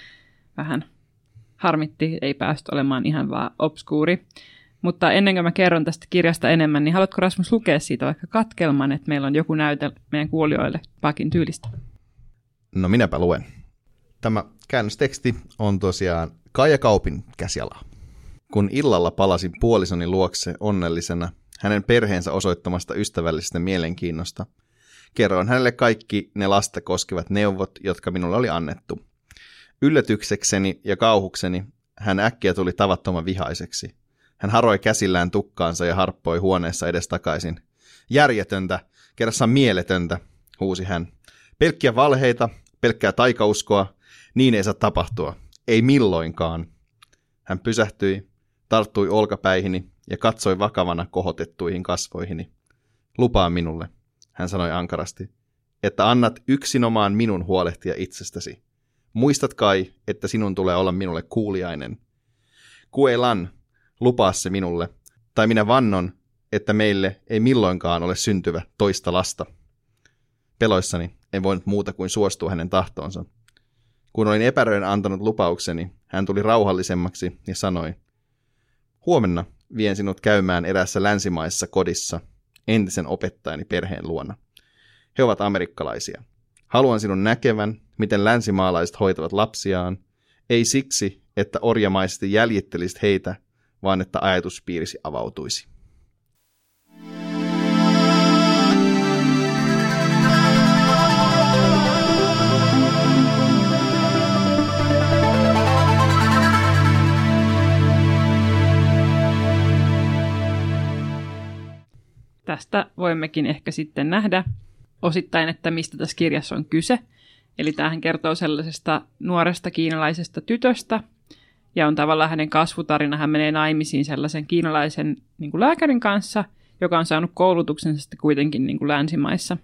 vähän harmitti, ei päästy olemaan ihan vaan obskuuri. Mutta ennen kuin mä kerron tästä kirjasta enemmän, niin haluatko Rasmus lukea siitä vaikka katkelman, että meillä on joku näyte meidän kuulijoille Buckin tyylistä? No minäpä luen. Tämä käännösteksti on tosiaan Kaija Kaupin käsialaa. Kun illalla palasin puolisoni luokse onnellisena hänen perheensä osoittamasta ystävällisestä mielenkiinnosta, kerroin hänelle kaikki ne lasta koskevat neuvot, jotka minulle oli annettu. Yllätyksekseni ja kauhukseni hän äkkiä tuli tavattoman vihaiseksi. Hän haroi käsillään tukkaansa ja harppoi huoneessa edestakaisin. Järjetöntä, kerrassaan mieletöntä, huusi hän. Pelkkiä valheita, pelkkää taikauskoa, niin ei saa tapahtua. Ei milloinkaan. Hän pysähtyi, tarttui olkapäihini ja katsoi vakavana kohotettuihin kasvoihini. Lupaa minulle, hän sanoi ankarasti, että annat yksinomaan minun huolehtia itsestäsi. Muistat kai, että sinun tulee olla minulle kuuliainen. Kuelan, lupaa se minulle, tai minä vannon, että meille ei milloinkaan ole syntyvä toista lasta. Peloissani en voinut muuta kuin suostua hänen tahtoonsa. Kun olin epäröiden antanut lupaukseni, hän tuli rauhallisemmaksi ja sanoi, huomenna vien sinut käymään eräässä länsimaisessa kodissa, entisen opettajani perheen luona. He ovat amerikkalaisia. Haluan sinun näkevän, miten länsimaalaiset hoitavat lapsiaan, ei siksi, että orjamaisesti jäljittelisit heitä, vaan että ajatuspiirisi avautuisi. Tästä voimmekin ehkä sitten nähdä osittain, että mistä tässä kirjassa on kyse. Eli tämähän kertoo sellaisesta nuoresta kiinalaisesta tytöstä, ja on tavallaan hänen kasvutarina. Hän menee naimisiin sellaisen kiinalaisen niin kuin lääkärin kanssa, joka on saanut koulutuksensa sitten kuitenkin niin kuin länsimaissa.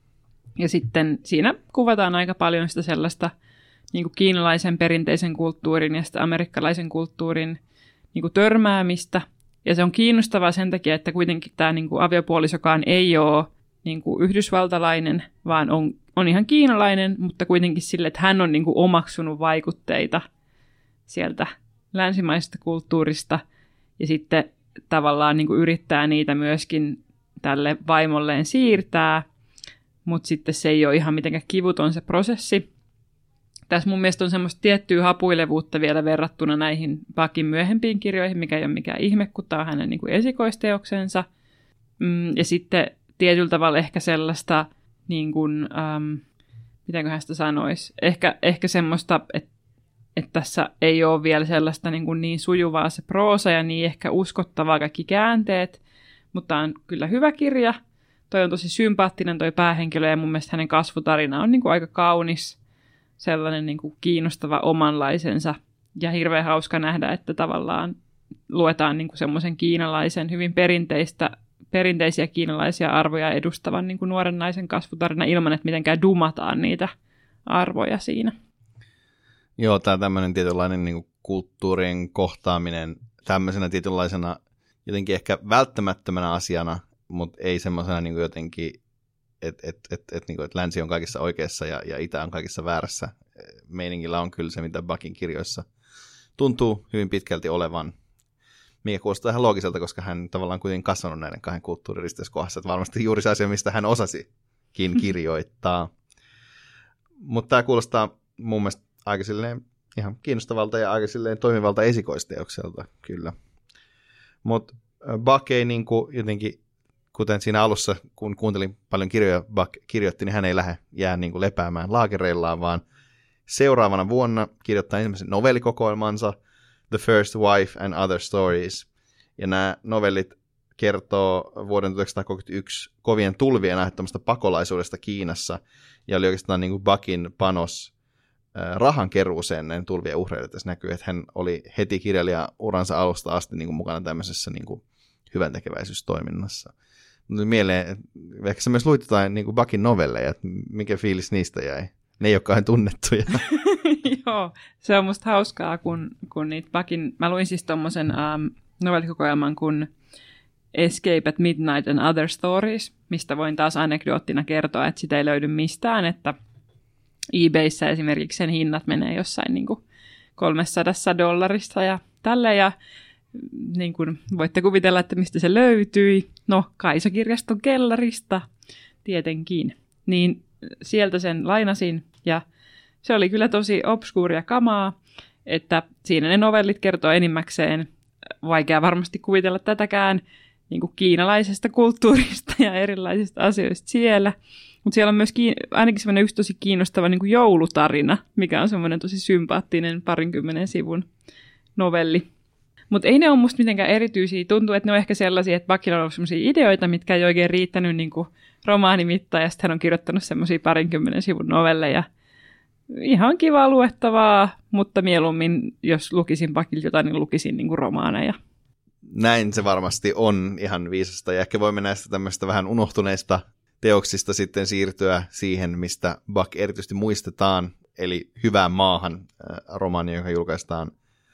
Ja sitten siinä kuvataan aika paljon sitä sellaista niin kuin kiinalaisen perinteisen kulttuurin ja sitä amerikkalaisen kulttuurin niin kuin törmäämistä. Ja se on kiinnostavaa sen takia, että kuitenkin tämä niin kuin aviopuolisokaan ei ole niin kuin yhdysvaltalainen, vaan on ihan kiinalainen, mutta kuitenkin sille, että hän on niin kuin omaksunut vaikutteita sieltä länsimaisesta kulttuurista ja sitten tavallaan niin kuin yrittää niitä myöskin tälle vaimolleen siirtää, mutta sitten se ei ole ihan mitenkään kivuton se prosessi. Tässä mun mielestä on semmoista tiettyä hapuilevuutta vielä verrattuna näihin Buckin myöhempiin kirjoihin, mikä ei ole mikään ihme, kun tämä on hänen niin kuin esikoisteoksensa. Ja sitten tietyllä tavalla ehkä sellaista, niin kuin, mitenköhän sitä sanoisi, ehkä semmoista, että tässä ei ole vielä sellaista niin sujuvaa se proosa ja niin ehkä uskottavaa kaikki käänteet, mutta on kyllä hyvä kirja. Toi on tosi sympaattinen toi päähenkilö ja mun mielestä hänen kasvutarina on niin kuin aika kaunis, sellainen niin kuin kiinnostava omanlaisensa ja hirveän hauska nähdä, että tavallaan luetaan niin kuin semmoisen kiinalaisen, hyvin perinteisiä kiinalaisia arvoja edustavan niin kuin nuoren naisen kasvutarina ilman, että mitenkään dumataan niitä arvoja siinä. Joo, tämä tämmöinen tietynlainen niin kuin kulttuurien kohtaaminen tämmöisenä tietynlaisena jotenkin ehkä välttämättömänä asiana, mutta ei semmoisena niin kuin jotenkin, että länsi on kaikissa oikeassa ja itä on kaikissa väärässä. Meiningillä on kyllä se, mitä Buckin kirjoissa tuntuu hyvin pitkälti olevan. Mikä kuulostaa ihan loogiselta, koska hän tavallaan kuitenkin kasvanut näiden kahden kulttuurin risteyskohdassa. Että varmasti juuri se asia, mistä hän osasikin kirjoittaa. Mutta tämä kuulostaa mun mielestä aika silleen ihan kiinnostavalta ja aika silleen toimivalta esikoisteokselta, kyllä. Mutta Buck ei niin kuin jotenkin, kuten siinä alussa, kun kuuntelin paljon kirjoja Buck kirjoitti, niin hän ei jää niin kuin lepäämään laakereillaan, vaan seuraavana vuonna kirjoittaa ensimmäisen novellikokoelmansa The First Wife and Other Stories. Ja nämä novellit kertoo vuoden 1931 kovien tulvien aiheuttamasta pakolaisuudesta Kiinassa, ja oli oikeastaan niin kuin Buckin panos rahankeruuseen näiden tulvien uhreille. Tässä näkyy, että hän oli heti kirjailijauransa alusta asti niin kuin mukana tämmöisessä niin kuin hyväntekeväisyystoiminnassa. Mutta mieleen, ehkä sä myös luit jotain niin kuin Buckin novelleja, että mikä fiilis niistä jäi? Ne ei ole kauhean tunnettuja. Joo, se on musta hauskaa, kun niitä Buckin, mä luin siis tommosen novellikokoelman kuin Escape at Midnight and Other Stories, mistä voin taas anekdoottina kertoa, että sitä ei löydy mistään, että eBayssä esimerkiksi sen hinnat menee jossain niin kuin $300 ja tällä, ja niin kuin voitte kuvitella, että mistä se löytyi. No, Kaisa-kirjaston kellarista, tietenkin. Niin sieltä sen lainasin, ja se oli kyllä tosi obskuuria kamaa, että siinä ne novellit kertoo enimmäkseen, vaikea varmasti kuvitella tätäkään, niin kuin kiinalaisesta kulttuurista ja erilaisista asioista siellä. Mutta siellä on myös ainakin semmoinen yksi tosi kiinnostava niin kuin joulutarina, mikä on semmoinen tosi sympaattinen 20 sivun novelli. Mutta ei ne ole musta mitenkään erityisiä. Tuntuu, että ne on ehkä sellaisia, että Buckilla on ollut semmoisia ideoita, mitkä ei oikein riittänyt niin kuin romaanimitta, ja sitten hän on kirjoittanut semmoisia 20 sivun novelleja. Ihan kivaa luettavaa, mutta mieluummin, jos lukisin Buckilta jotain, niin lukisin niin kuin romaaneja. Näin se varmasti on ihan viisasta, ja ehkä voimme näistä tämmöistä vähän unohtuneista teoksista sitten siirtyä siihen, mistä Buck erityisesti muistetaan, eli Hyvään maahan romaani, joka julkaistaan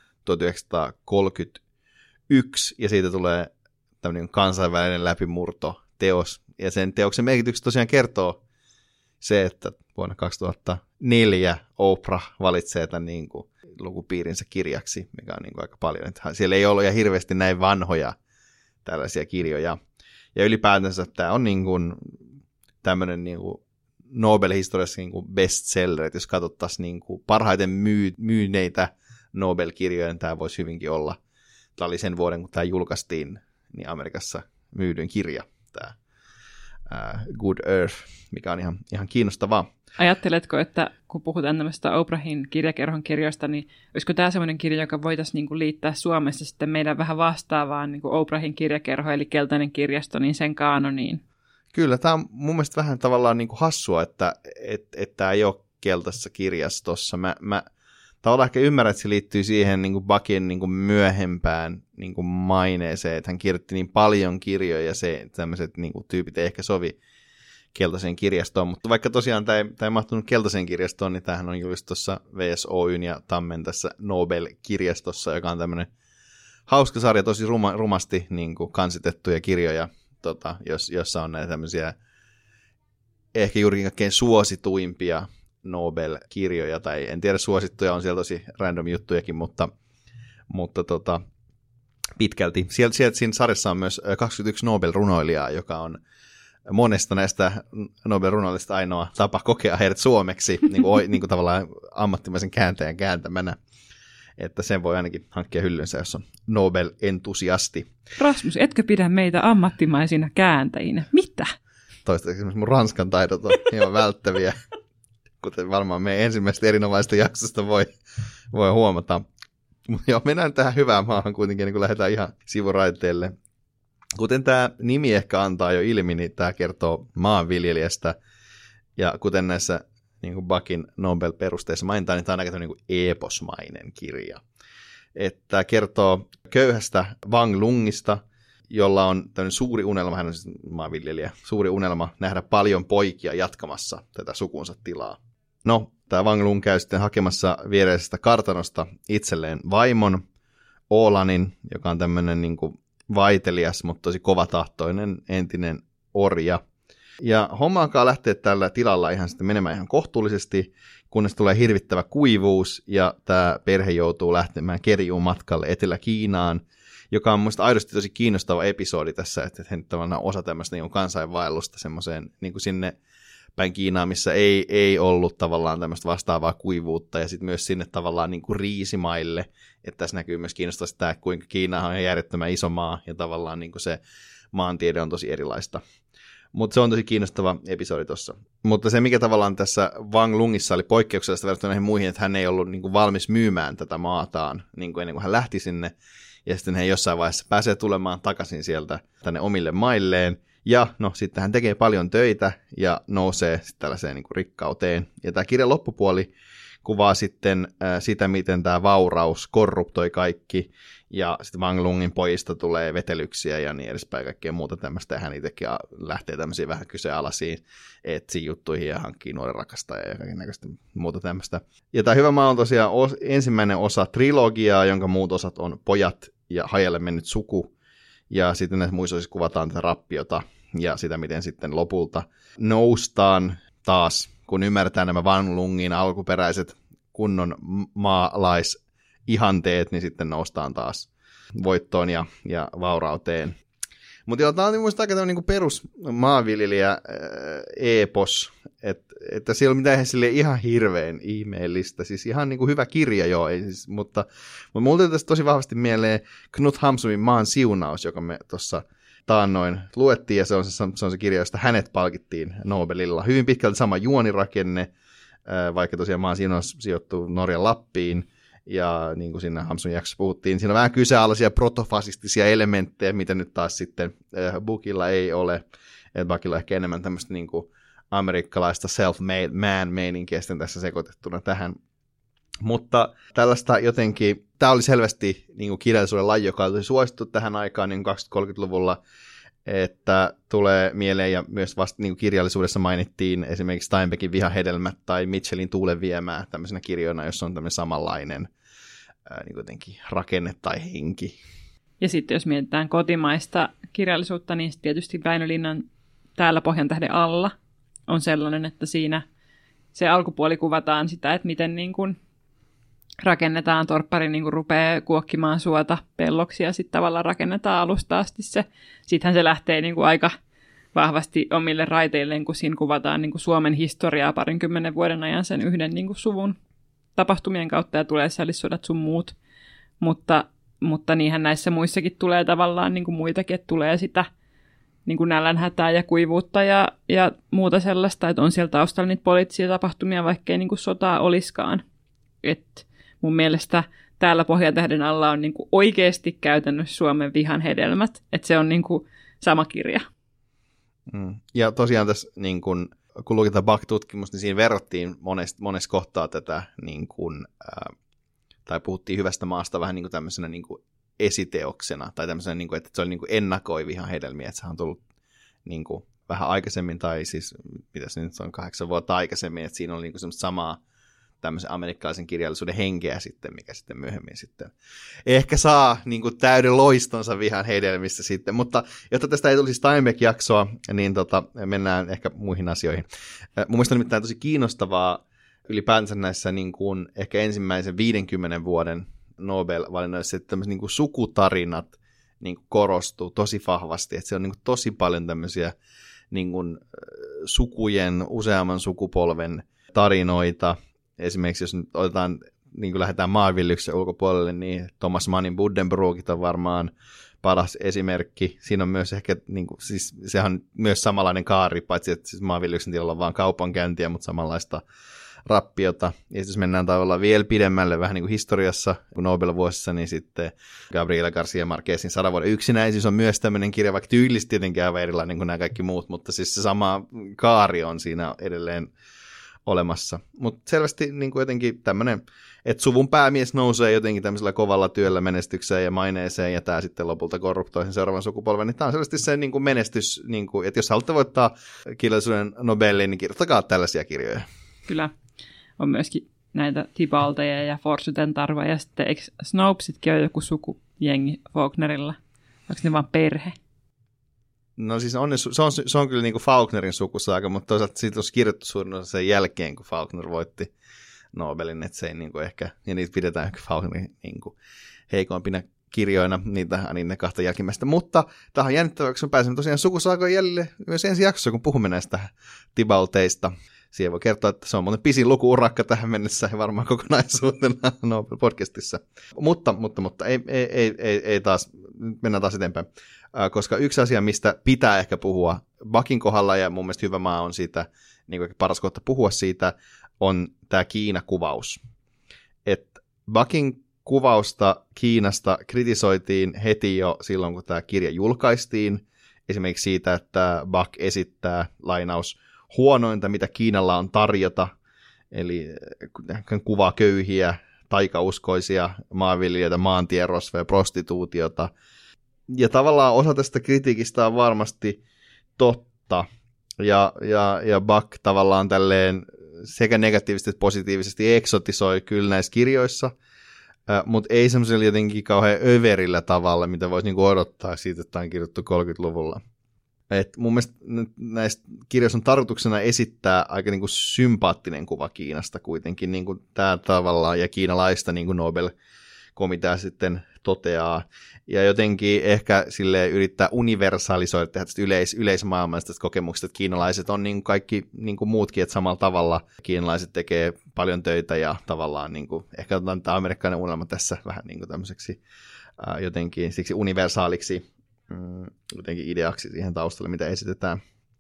1931, ja siitä tulee tämmöinen kansainvälinen läpimurto-teos, ja sen teoksen merkityksestä tosiaan kertoo se, että vuonna 2004 Oprah valitsee tämän niin kuin lukupiirinsä kirjaksi, mikä on niin kuin aika paljon. Että siellä ei ollut ja hirveästi näin vanhoja tällaisia kirjoja. Ja ylipäätänsä tämä on niin kuin tämmöinen niin kuin Nobel-historiassa niin kuin bestseller, että jos katsottaisiin niin kuin parhaiten myyneitä Nobel-kirjoja, niin tämä voisi hyvinkin olla. Tämä oli sen vuoden, kun tämä julkaistiin, niin Amerikassa myydyin kirja, tämä Good Earth, mikä on ihan kiinnostavaa. Ajatteletko, että kun puhutaan tämmöistä Oprahin kirjakerhon kirjoista, niin olisiko tämä semmoinen kirja, joka voitaisiin niinku liittää Suomessa sitten meidän vähän vastaavaan niinku Oprahin kirjakerho, eli Keltainen kirjasto, niin sen kaanoniin? Kyllä, tämä on mun mielestä vähän tavallaan niinku hassua, että tämä ei ole Keltaisessa kirjastossa. Mä tavallaan ehkä ymmärrän, että se liittyy siihen niinku Buckin niinku myöhempään niinku maineeseen, että hän kirjoitti niin paljon kirjoja ja tämmöiset niinku tyypit ei ehkä sovi Keltaiseen kirjastoon, mutta vaikka tosiaan tämä ei mahtunut Keltaiseen kirjastoon, niin tämähän on just tuossa VSOYn ja Tammen tässä Nobel-kirjastossa, joka on tämmöinen hauska sarja, tosi rumasti niin kuin kansitettuja kirjoja, jossa on näitä tämmöisiä ehkä juurikin kaikkein suosituimpia Nobel-kirjoja, tai en tiedä suosittuja, on siellä tosi random juttujakin, mutta pitkälti. Sieltä siinä sarjassa on myös 21 Nobel-runoilijaa, joka on monesta näistä Nobel-runoilista ainoa tapa kokea heidät suomeksi, niin kuin tavallaan ammattimaisen kääntäjän kääntämänä. Että sen voi ainakin hankkia hyllynsä, jos on Nobel-entusiasti. Rasmus, etkö pidä meitä ammattimaisina kääntäjinä? Mitä? Toistaiseksi mun ranskan taidot on hieman välttäviä, kuten varmaan meidän ensimmäistä erinomaista jaksosta voi huomata. Mutta joo, mennään tähän Hyvään maahan kuitenkin, niin kun lähdetään ihan sivuraiteelle. Kuten tämä nimi ehkä antaa jo ilmi, niin tämä kertoo maanviljelijästä. Ja kuten näissä niin kuin Buckin Nobel-perusteissa mainitaan, niin tämä on aika niin kuin eeposmainen kirja. Tämä kertoo köyhästä Wang Lungista, jolla on tämmöinen suuri unelma, hän on siis maanviljelijä, suuri unelma nähdä paljon poikia jatkamassa tätä sukunsa tilaa. No, tämä Wang Lung käy sitten hakemassa viereisestä kartanosta itselleen vaimon, Olanin, joka on tämmöinen niin kuin vaitelias, mutta tosi kovatahtoinen entinen orja. Ja homma alkaa lähteä tällä tilalla ihan sitten menemään ihan kohtuullisesti, kunnes tulee hirvittävä kuivuus, ja tämä perhe joutuu lähtemään kerjuun matkalle Etelä-Kiinaan, joka on mielestäni aidosti tosi kiinnostava episodi tässä, että he tavallaan on osa tämmöistä niin kansainvaellusta semmoiseen niin kuin sinne päin Kiinaan, missä ei ollut tavallaan tämmöistä vastaavaa kuivuutta, ja sitten myös sinne tavallaan niin kuin riisimaille, että tässä näkyy myös kiinnostavasti tämä, kuinka Kiina on ihan järjettömän iso maa, ja tavallaan niin kuin se maantiede on tosi erilaista. Mutta se on tosi kiinnostava episodi tuossa. Mutta se, mikä tavallaan tässä Wang Lungissa oli poikkeuksellista verrattuna näihin muihin, että hän ei ollut niin kuin valmis myymään tätä maataan niin kuin ennen kuin hän lähti sinne, ja sitten hän jossain vaiheessa pääsee tulemaan takaisin sieltä tänne omille mailleen, ja no sitten hän tekee paljon töitä ja nousee sitten tällaiseen niin kuin rikkauteen. Ja tämä kirjan loppupuoli kuvaa sitten sitä, miten tämä vauraus korruptoi kaikki, ja sitten Wang Lungin pojista tulee vetelyksiä ja niin edespäin, kaikkea muuta tämmöistä, ja hän itsekin lähtee tämmöisiin vähän kyseenalaisiin etsiin juttuihin ja hankkii nuoren rakastajaa ja kaikennäköistä muuta tämmöistä. Ja tämä Hyvä maa on tosiaan ensimmäinen osa trilogiaa, jonka muut osat on Pojat ja Hajalle mennyt suku, ja sitten näissä muissa osissa kuvataan tätä rappiota ja sitä, miten sitten lopulta noustaan taas, kun ymmärretään nämä Wang Lungin alkuperäiset kunnon maalaisihanteet, niin sitten noustaan taas voittoon ja vaurauteen. Mutta tämä on minusta aika tämmöinen niin perus maanviljelijä-epos, että siellä ei ole mitään ihan hirveän ihmeellistä. Siis ihan niin kuin hyvä kirja joo, mutta mulla tuli tästä tosi vahvasti mieleen Knut Hamsunin Maan siunaus, joka me tuossa taannoin luettiin, ja se on se kirja, josta hänet palkittiin Nobelilla. Hyvin pitkälti sama juonirakenne, vaikka tosiaan Maan siunaus sijoittuu Norjan Lappiin, ja niin kuin siinä Hamsunin jaksossa puhuttiin, siinä on vähän kyseenalaisia protofasistisia elementtejä, mitä nyt taas sitten Buckilla ei ole. että Buckilla on ehkä enemmän tämmöistä niin kuin amerikkalaista self-made man-meininkiä sitten tässä sekoitettuna tähän. Mutta tällaista jotenkin, tämä oli selvästi niin kuin kirjallisuuden laji, joka oli suosittu tähän aikaan niin 20-30-luvulla, että tulee mieleen, ja myös vasta niin kuin kirjallisuudessa mainittiin esimerkiksi Steinbeckin Vihahedelmät tai Mitchellin Tuulen viemää tämmöisenä kirjoina, jossa on tämmöinen samanlainen niin jotenkin rakenne tai henki. Ja sitten jos mietitään kotimaista kirjallisuutta, niin tietysti Väinö Linnan Täällä Pohjantähden alla on sellainen, että siinä se alkupuoli kuvataan sitä, että miten niin kuin rakennetaan, torppari niin kuin rupeaa kuokkimaan suota pelloksi ja sitten tavallaan rakennetaan alusta asti se. Sittenhän se lähtee niin kuin aika vahvasti omille raiteilleen, kun siinä kuvataan niin kuin Suomen historiaa 20 vuoden ajan sen yhden niin kuin suvun tapahtumien kautta ja tulee sisällissodat sun muut. Mutta niinhän näissä muissakin tulee tavallaan niin kuin muitakin, että tulee sitä niin kuin nälänhätää ja kuivuutta ja muuta sellaista, että on siellä taustalla niitä poliittisia tapahtumia, vaikkei niin kuin sotaa olisikaan. Et mun mielestä Täällä Pohjantähden alla on niin kuin oikeasti käytännössä Suomen vihan hedelmät, että se on niin kuin sama kirja. Ja tosiaan tässä, niin kun lukitaan Buck-tutkimusta, niin siinä verrattiin monessa kohtaa tätä, niin kun, tai puhuttiin Hyvästä maasta vähän niin kuin tämmöisenä niin kuin esiteoksena, tai tämmöisenä, niin kuin, että se oli niin kuin ennakoi vihan hedelmiä, että se on tullut niin kuin vähän aikaisemmin, tai siis mitä se nyt on 8 vuotta aikaisemmin, että siinä oli niin kuin semmoista samaa tämmöisen amerikkalaisen kirjallisuuden henkeä sitten, mikä sitten myöhemmin sitten ehkä saa niin kuin täyden loistonsa vihan hedelmistä sitten, mutta jotta tästä ei tulisi Steinbeck-jaksoa, niin mennään ehkä muihin asioihin. Mun mielestä on nimittäin tosi kiinnostavaa ylipäänsä näissä niin kuin ehkä ensimmäisen 50 vuoden Nobel-valinnoissa, että tämmöiset niin kuin sukutarinat niin kuin korostuu tosi vahvasti, että se on niin kuin tosi paljon tämmöisiä niin kuin sukujen, useamman sukupolven tarinoita. Esimerkiksi jos nyt otetaan, niin kuin lähdetään maanviljelyksen ulkopuolelle, niin Thomas Mannin Buddenbrookit on varmaan paras esimerkki. Siinä on myös ehkä, niin kuin, siis sehän on myös samanlainen kaari, paitsi että siis maanviljelyksen tilalla on vaan kaupankäyntiä, mutta samanlaista rappiota. Ja jos mennään tavallaan vielä pidemmälle vähän niin kuin historiassa, kun Nobel-vuosissa, niin sitten Gabriela García Márquezin 100 vuoden yksinäisyys on myös tämmöinen kirja, vaikka tyylisesti tietenkin aivan erilainen kuin nämä kaikki muut, mutta siis se sama kaari on siinä edelleen olemassa. Mutta selvästi niin kuin jotenkin tämmöinen, että suvun päämies nousee jotenkin tämmöisellä kovalla työllä menestykseen ja maineeseen, ja tämä sitten lopulta korruptoi sen seuraavan sukupolven, niin tämä on selvästi se niin kuin menestys, niin kuin, että jos haluatte voittaa kirjallisuuden Nobelin, niin kirjoittakaa tällaisia kirjoja. Kyllä. On myöskin näitä Tibalteja ja Forsythen-tarvoja, ja sitten eikö Snopesitkin ole joku sukujengi Faulknerilla? Onko ne vaan perhe? No siis se on kyllä niin kuin Faulknerin sukusaaka, mutta toisaalta siitä olisi kirjoittu suurin osa sen jälkeen, kun Faulkner voitti Nobelin, että se ei niin kuin ehkä, ja niitä pidetään ehkä Faulknerin niin kuin heikoimpina kirjoina, niin ne kahta jälkimmäistä. Mutta tähän on jännittävää, kun pääsemme tosiaan sukusaakojen jäljelle myös ensi jaksossa, kun puhumme näistä Tibalteista. Siihen voi kertoa, että se on muuten pisin luku-urakka tähän mennessä ja varmaan kokonaisuutena Nobel-podcastissa. Mutta ei taas, mennään taas eteenpäin. Koska yksi asia, mistä pitää ehkä puhua Buckin kohdalla, ja mun mielestä hyvä maa on siitä, niin kuin paras kohta puhua siitä, on tämä Kiina-kuvaus. Että Buckin kuvausta Kiinasta kritisoitiin heti jo silloin, kun tämä kirja julkaistiin. Esimerkiksi siitä, että Buck esittää, lainaus, huonointa, mitä Kiinalla on tarjota, eli hän kuvaa köyhiä, taikauskoisia maanviljelijöitä, maantierosvoja, prostituutiota. Ja tavallaan osa tästä kritiikistä on varmasti totta, ja Buck tavallaan tälleen sekä negatiivisesti että positiivisesti eksotisoi kyllä näissä kirjoissa, mutta ei semmoisella jotenkin kauhean överillä tavalla, mitä voisi niinku odottaa siitä, että on kirjoittu 30-luvulla. Et mun mielestä näistä kirjoissa on tarkoituksena esittää aika niinku sympaattinen kuva Kiinasta kuitenkin, niin kuin tämä tavallaan, ja kiinalaista niin kuin Nobel-komitea sitten toteaa, ja jotenkin ehkä silleen yrittää universalisoida tästä yleismaailmallisesta kokemuksesta, että kiinalaiset on niin kuin kaikki niin kuin muutkin, että samalla tavalla kiinalaiset tekee paljon töitä, ja tavallaan niin kuin, ehkä otetaan tämä amerikkalainen unelma tässä vähän niin kuin tämmöiseksi jotenkin siksi universaaliksi jotenkin ideaksi siihen taustalle, mitä esitetään.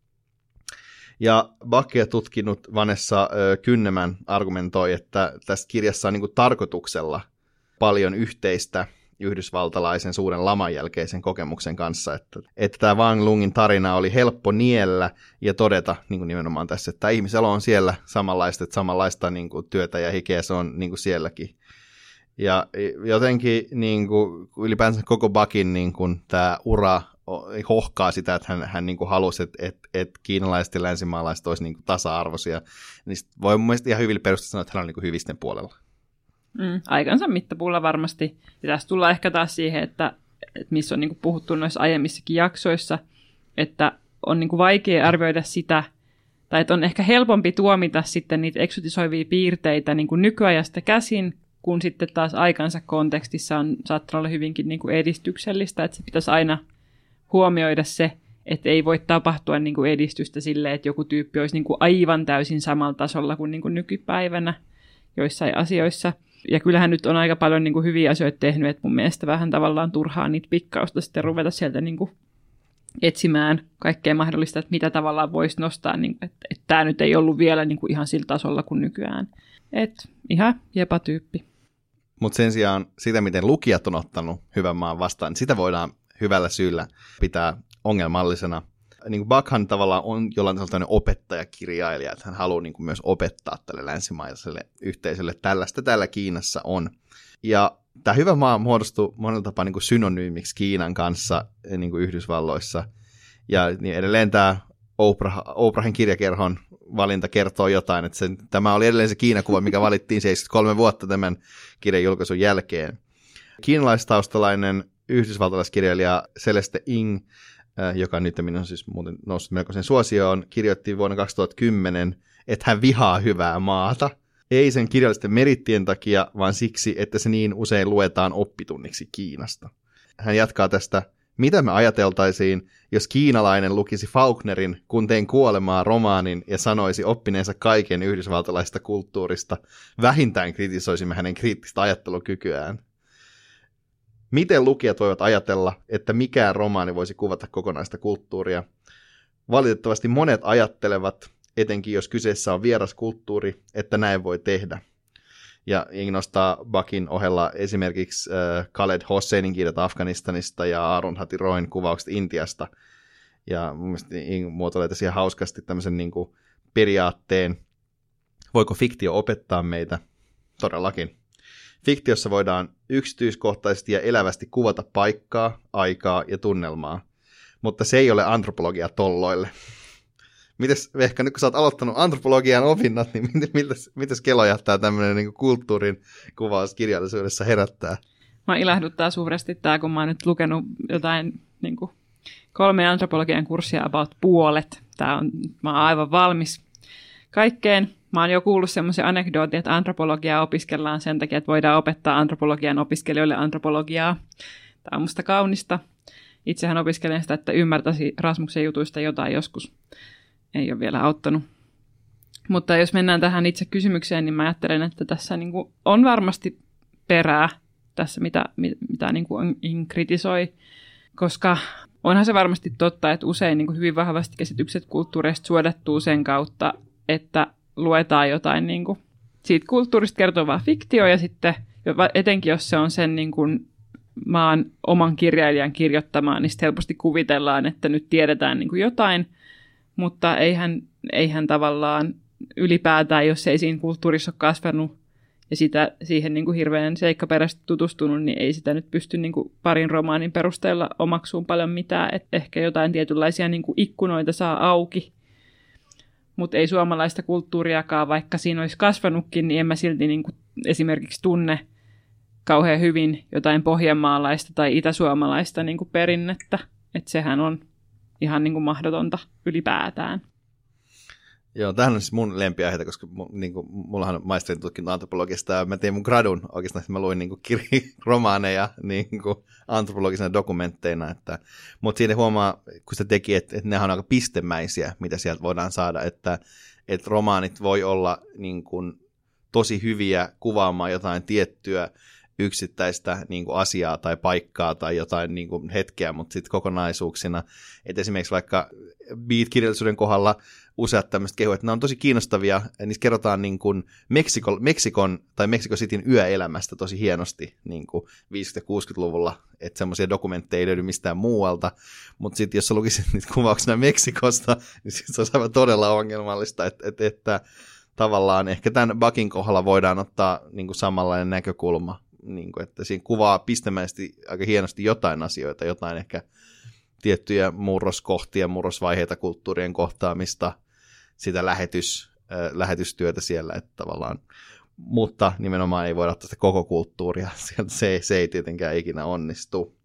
Ja Buckia tutkinut Vanessa Kynnemän argumentoi, että tässä kirjassa on niin kuin tarkoituksella paljon yhteistä yhdysvaltalaisen suuren laman jälkeisen kokemuksen kanssa, että tämä Wang Lungin tarina oli helppo niellä ja todeta niin kuin nimenomaan tässä, että ihmisellä on siellä samanlaista niin kuin työtä ja hikeä se on niin kuin sielläkin. Ja jotenkin niin kuin, ylipäänsä koko Buckin niin kuin, tämä ura hohkaa sitä, että hän niin kuin halusi, että kiinalaiset ja länsimaalaiset olisi niin kuin tasa-arvoisia. Niin voi mun mielestä ihan hyvin perusteella sanoa, että hän on niin kuin hyvisten puolella. Aikansa mittapuulla varmasti. Ja tässä tullaan ehkä taas siihen, että missä on niin kuin puhuttu noissa aiemmissakin jaksoissa, että on niin kuin vaikea arvioida sitä, tai että on ehkä helpompi tuomita sitten niitä eksotisoivia piirteitä niin kuin nykyajasta käsin, kun sitten taas aikansa kontekstissa on saattanut olla hyvinkin niin kuin edistyksellistä, että se pitäisi aina huomioida se, että ei voi tapahtua niin kuin edistystä silleen, että joku tyyppi olisi niin kuin aivan täysin samalla tasolla kuin, nykypäivänä joissain asioissa. Ja kyllähän nyt on aika paljon niin kuin hyviä asioita tehnyt, että mun mielestä vähän tavallaan turhaa niitä pikkausta sitten ruveta sieltä niin kuin etsimään kaikkea mahdollista, että mitä tavallaan voisi nostaa, niin että tämä nyt ei ollut vielä niin kuin ihan sillä tasolla kuin nykyään. Että ihan jepa-tyyppi. Mutta sen sijaan sitä, miten lukijat on ottanut Hyvän maan vastaan, niin sitä voidaan hyvällä syyllä pitää ongelmallisena. Niin Buckhan tavallaan on jollain tavalla opettajakirjailija, että hän haluaa niin kuin myös opettaa tälle länsimaiselle yhteisölle. Tällaista täällä Kiinassa on. Ja tämä Hyvä maa muodostui monella tapaa niin kuin synonyymiksi Kiinan kanssa niin kuin Yhdysvalloissa. Ja niin edelleen tämä Oprahin kirjakerhon valinta kertoo jotain, että tämä oli edelleen se Kiinakuva, mikä valittiin 73 vuotta tämän kirjan julkaisun jälkeen. Kiinalaistaustalainen yhdysvaltalaiskirjailija Celeste Ng, joka nyt on siis muuten noussut melkoisen suosioon, kirjoitti vuonna 2010, että hän vihaa hyvää maata. Ei sen kirjallisten merittien takia, vaan siksi, että se niin usein luetaan oppitunniksi Kiinasta. Hän jatkaa tästä: mitä me ajateltaisiin, jos kiinalainen lukisi Faulknerin Kun tein kuolemaa -romaanin ja sanoisi oppineensa kaiken yhdysvaltalaisesta kulttuurista, vähintään kritisoisimme hänen kriittistä ajattelukykyään. Miten lukijat voivat ajatella, että mikään romaani voisi kuvata kokonaista kulttuuria? Valitettavasti monet ajattelevat, etenkin jos kyseessä on vieras kulttuuri, että näin voi tehdä. Ja Ing nostaa Buckin ohella esimerkiksi Khaled Hosseinin kirjat Afganistanista ja Arun Hati Royn kuvaukset Intiasta. Ja mun mielestä Ing muotoilee tässä ihan hauskasti tämmöisen niin kuin periaatteen, voiko fiktio opettaa meitä? Todellakin. Fiktiossa voidaan yksityiskohtaisesti ja elävästi kuvata paikkaa, aikaa ja tunnelmaa, mutta se ei ole antropologia tolloille. Mites, Vehka, nyt kun sä oot aloittanut antropologian opinnot, niin mitäs keloja tämä tämmöinen niin kulttuurin kuvaus kirjallisuudessa herättää? Mä ilahduttaa suuresti tämä, kun mä oon nyt lukenut jotain niin kuin 3 antropologian kurssia about puolet. Mä oon aivan valmis kaikkeen. Mä oon jo kuullut semmoisen anekdootin, että antropologiaa opiskellaan sen takia, että voidaan opettaa antropologian opiskelijoille antropologiaa. Tämä on musta kaunista. Itsehän opiskelen sitä, että ymmärtäisi Rasmuksen jutuista jotain joskus. Ei ole vielä auttanut. Mutta jos mennään tähän itse kysymykseen, niin mä ajattelen, että tässä niin kuin on varmasti perää tässä, mitä niin kuin Ing kritisoi, koska onhan se varmasti totta, että usein niin kuin hyvin vahvasti käsitykset kulttuureista suodattuu sen kautta, että luetaan jotain niin kuin siitä kulttuurista kertovaa fiktioa, ja sitten etenkin jos se on sen niin kuin maan oman kirjailijan kirjoittamaan, niin sitten helposti kuvitellaan, että nyt tiedetään niin kuin jotain, mutta eihän tavallaan ylipäätään, jos ei siinä kulttuurissa ole kasvanut ja siihen niin kuin hirveän seikkaperäisesti tutustunut, niin ei sitä nyt pysty niin kuin parin romaanin perusteella omaksuun paljon mitään. Et ehkä jotain tietynlaisia niin kuin ikkunoita saa auki, mutta ei suomalaista kulttuuriakaan, vaikka siinä olisi kasvanutkin, niin en mä silti niin kuin esimerkiksi tunne kauhean hyvin jotain pohjanmaalaista tai itäsuomalaista niin kuin perinnettä. Että sehän on ihan niin kuin mahdotonta ylipäätään. Joo, tämähän on siis mun lempiaiheita, koska niin kuin, mullahan on maisterin tutkinto antropologiasta, ja mä tein mun gradun oikeastaan, että mä luin niin kuin romaaneja niin kuin antropologisena dokumentteina, mutta siitä huomaa, kun sitä teki, että nehän on aika pistemäisiä, mitä sieltä voidaan saada, että romaanit voi olla niin kuin tosi hyviä kuvaamaan jotain tiettyä yksittäistä niin kuin asiaa tai paikkaa tai jotain niin kuin hetkeä, mutta sitten kokonaisuuksina. Et esimerkiksi vaikka Beat-kirjallisuuden kohdalla useat tämmöiset kehut, että ne on tosi kiinnostavia. Niissä kerrotaan niin kuin Meksikon tai Mexico Cityn yöelämästä tosi hienosti niin kuin 50- ja 60-luvulla, että semmoisia dokumentteja ei löydy mistään muualta. Mutta sitten jos sä lukisit niitä kuvauksena Meksikosta, niin sitten se olisi aivan todella ongelmallista, että tavallaan ehkä tämän Buckin kohdalla voidaan ottaa niin kuin samanlainen näkökulma, niin kuin, että siinä kuvaa pistemäisesti aika hienosti jotain asioita, jotain ehkä tiettyjä murroskohtia, murrosvaiheita, kulttuurien kohtaamista, sitä lähetystyötä siellä, että tavallaan, mutta nimenomaan ei voida ottaa sitä koko kulttuuria, se ei tietenkään ikinä onnistu.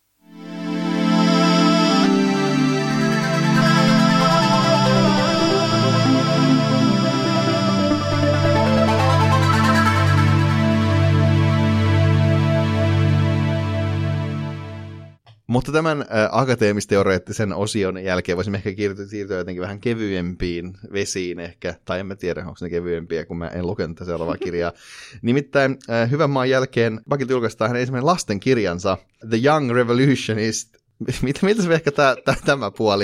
Mutta tämän akateemisteoreettisen osion jälkeen voisimme ehkä siirtyä jotenkin vähän kevyempiin vesiin ehkä, tai en mä tiedä, onko ne kevyempiä, kun mä en lukenut tätä seuraavaa kirjaa. Nimittäin Hyvän maan jälkeen Buckilta julkaistaan hänen ensimmäinen lastenkirjansa, The Young Revolutionist. Miltä se ehkä tämä puoli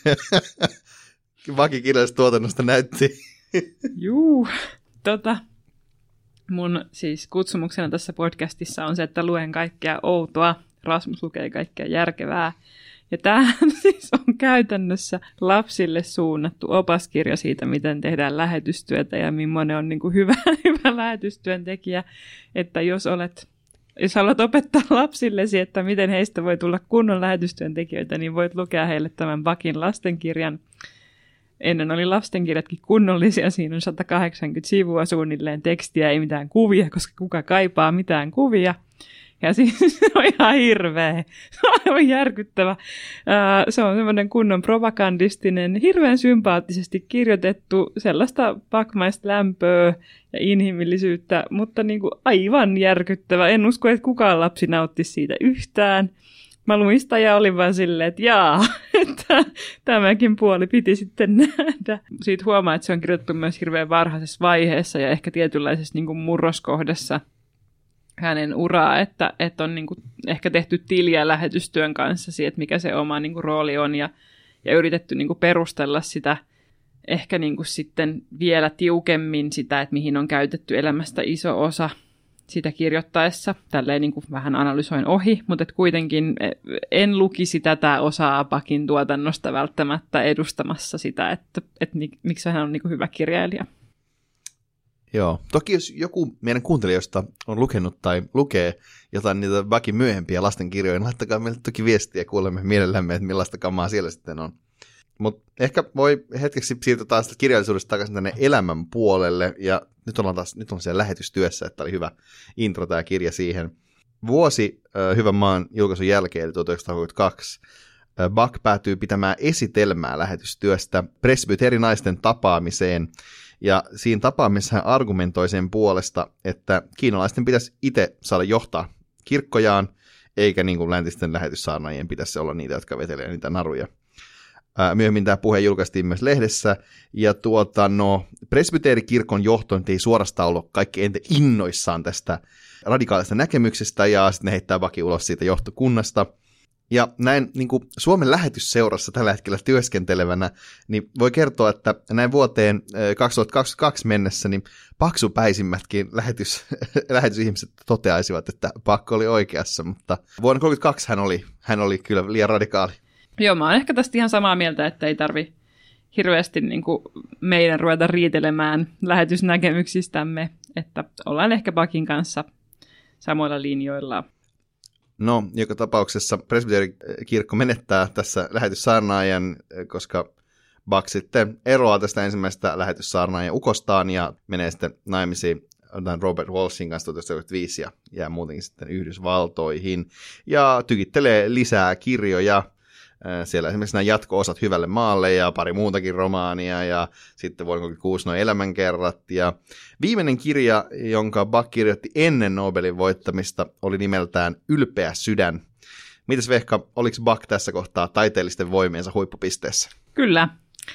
Buckin kirjallisesta tuotannosta näytti? Juu, mun siis kutsumuksena tässä podcastissa on se, että luen kaikkea outoa. Rasmus lukee kaikkea järkevää. Ja tämähän siis on käytännössä lapsille suunnattu opaskirja siitä, miten tehdään lähetystyötä ja millainen on niin kuin hyvä lähetystyöntekijä. Että jos haluat opettaa lapsillesi, että miten heistä voi tulla kunnon lähetystyöntekijöitä, niin voit lukea heille tämän Buckin lastenkirjan. Ennen oli lastenkirjatkin kunnollisia, siinä on 180 sivua suunnilleen tekstiä, ei mitään kuvia, koska kuka kaipaa mitään kuvia. Ja siis se on ihan hirveä. Se on aivan järkyttävä. Se on semmoinen kunnon propagandistinen, hirveän sympaattisesti kirjoitettu, sellaista pakmaista lämpöä ja inhimillisyyttä, mutta niin kuin aivan järkyttävä. En usko, että kukaan lapsi nauttisi siitä yhtään. Mä luin sitä ja olin vaan silleen, että että tämäkin puoli piti sitten nähdä. Siitä huomaa, että se on kirjoitettu myös hirveän varhaisessa vaiheessa ja ehkä tietynlaisessa niin kuin murroskohdassa hänen uraa, että on niin kuin ehkä tehty tiliä lähetystyön kanssa siitä, että mikä se oma niin kuin rooli on ja yritetty niin kuin perustella sitä ehkä niin kuin sitten vielä tiukemmin sitä, että mihin on käytetty elämästä iso osa sitä kirjoittaessa. Tälleen niin kuin vähän analysoin ohi, mutta et kuitenkin en lukisi tätä osaa Buckin tuotannosta välttämättä edustamassa sitä, että miksi hän on niin kuin hyvä kirjailija. Joo, toki jos joku meidän kuuntelijoista on lukenut tai lukee jotain niitä Buckin myöhempiä lastenkirjoja, niin laittakaa meille toki viestiä, kuulemme mielellämme, että millaista kamaa siellä sitten on. Mutta ehkä voi hetkeksi siirtyä taas kirjallisuudesta takaisin tänne elämän puolelle, ja nyt on siellä lähetystyössä, että oli hyvä intro tämä kirja siihen. Vuosi Hyvän maan julkaisun jälkeen, eli 1932, Buck päätyy pitämään esitelmää lähetystyöstä presbyterinaisten tapaamiseen, ja siinä tapaamisessa hän argumentoi sen puolesta, että kiinalaisten pitäisi itse saada johtaa kirkkojaan, eikä niin kuin läntisten lähetyssaarnaajien pitäisi olla niitä, jotka vetelee niitä naruja. Myöhemmin tämä puhe julkaistiin myös lehdessä, ja presbyteerikirkon johto ei suorastaan ollut kaikki eniten innoissaan tästä radikaalista näkemyksestä, ja sitten ne heittää Buckin ulos siitä johtokunnasta. Ja näin niin kuin Suomen lähetysseurassa tällä hetkellä työskentelevänä, niin voi kertoa, että näin vuoteen 2022 mennessä niin paksupäisimmätkin lähetysihmiset toteaisivat, että Buck oli oikeassa, mutta vuonna 1932 hän oli kyllä liian radikaali. Joo, mä oon ehkä tästä ihan samaa mieltä, että ei tarvi hirveästi niin kuin meidän ruveta riitelemään lähetysnäkemyksistämme, että ollaan ehkä Buckin kanssa samoilla linjoilla. No, joka tapauksessa presbyterikirkko menettää tässä lähetyssaarnaajan, koska Buck sitten eroaa tästä ensimmäisestä lähetyssaarnaajan ukostaan ja menee sitten naimisiin Robert Walshin kanssa 1995 ja jää muutenkin sitten Yhdysvaltoihin ja tykittelee lisää kirjoja. Siellä esimerkiksi nämä jatko-osat Hyvälle maalle ja pari muutakin romaania ja sitten vuonna 1936 nuo elämänkerrat. Ja viimeinen kirja, jonka Buck kirjoitti ennen Nobelin voittamista, oli nimeltään Ylpeä sydän. Mitäs Vehka, oliko Buck tässä kohtaa taiteellisten voimiensa huippupisteessä? Kyllä,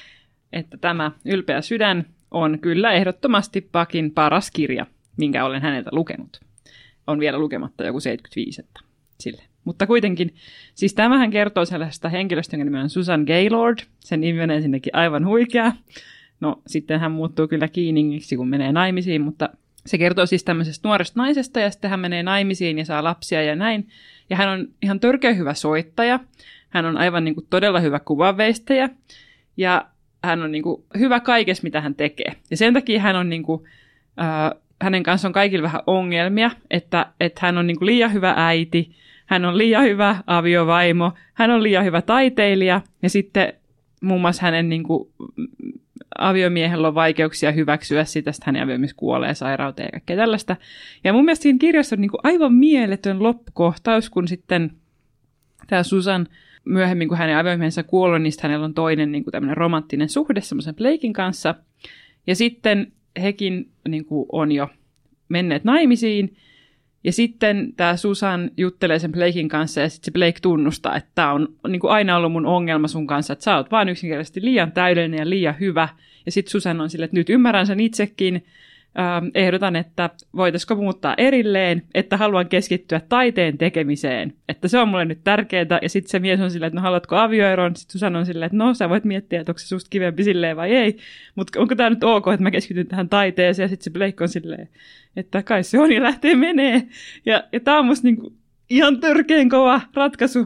että tämä Ylpeä sydän on kyllä ehdottomasti Buckin paras kirja, minkä olen häneltä lukenut. On vielä lukematta joku 75, että sille Mutta kuitenkin, siis tämähän kertoo sellaisesta henkilöstä, jonka nimi on Susan Gaylord. Sen nimi menee sinnekin aivan huikea. No sitten hän muuttuu kyllä Keeningiksi, kun menee naimisiin, mutta se kertoo siis tämmöisestä nuoresta naisesta ja sitten hän menee naimisiin ja saa lapsia ja näin. Ja hän on ihan törkeä hyvä soittaja. Hän on aivan niin kuin todella hyvä kuvanveistäjä ja hän on niin kuin hyvä kaikessa, mitä hän tekee. Ja sen takia hän on niin kuin, hänen kanssaan on kaikilla vähän ongelmia, että hän on niin kuin liian hyvä äiti, hän on liian hyvä aviovaimo, hän on liian hyvä taiteilija ja sitten muun muassa hänen niin kuin, aviomiehellä on vaikeuksia hyväksyä sitä, että hänen aviomies kuolee sairauteen ja kaikkea tällaista. Ja mun mielestä siinä kirjassa on niin kuin aivan mieletön loppukohtaus, kun sitten tämä Susan myöhemmin, kun hänen aviomiehensä kuollut, niin hänellä on toinen niin kuin tämmöinen romanttinen suhde semmoisen Blaken kanssa. Ja sitten hekin niin kuin on jo menneet naimisiin. Ja sitten tämä Susan juttelee sen Blaken kanssa ja sitten se Blake tunnustaa, että tämä on niin kuin aina ollut mun ongelma sun kanssa, että sä oot vaan yksinkertaisesti liian täydellinen ja liian hyvä. Ja sitten Susan on silleen, että nyt ymmärrän sen itsekin, ehdotan, että voitaisiko muuttaa erilleen, että haluan keskittyä taiteen tekemiseen, että se on mulle nyt tärkeää. Ja sitten se mies on silleen, että no haluatko avioeron? Sitten Susan on silleen, että no sä voit miettiä, että onko se susta kivempi silleen vai ei, mutta onko tämä nyt ok, että mä keskityn tähän taiteeseen? Ja sitten se Blake on silleen, että kai se on ja lähtee menee. Ja tämä on musta niinku ihan törkeän kova ratkaisu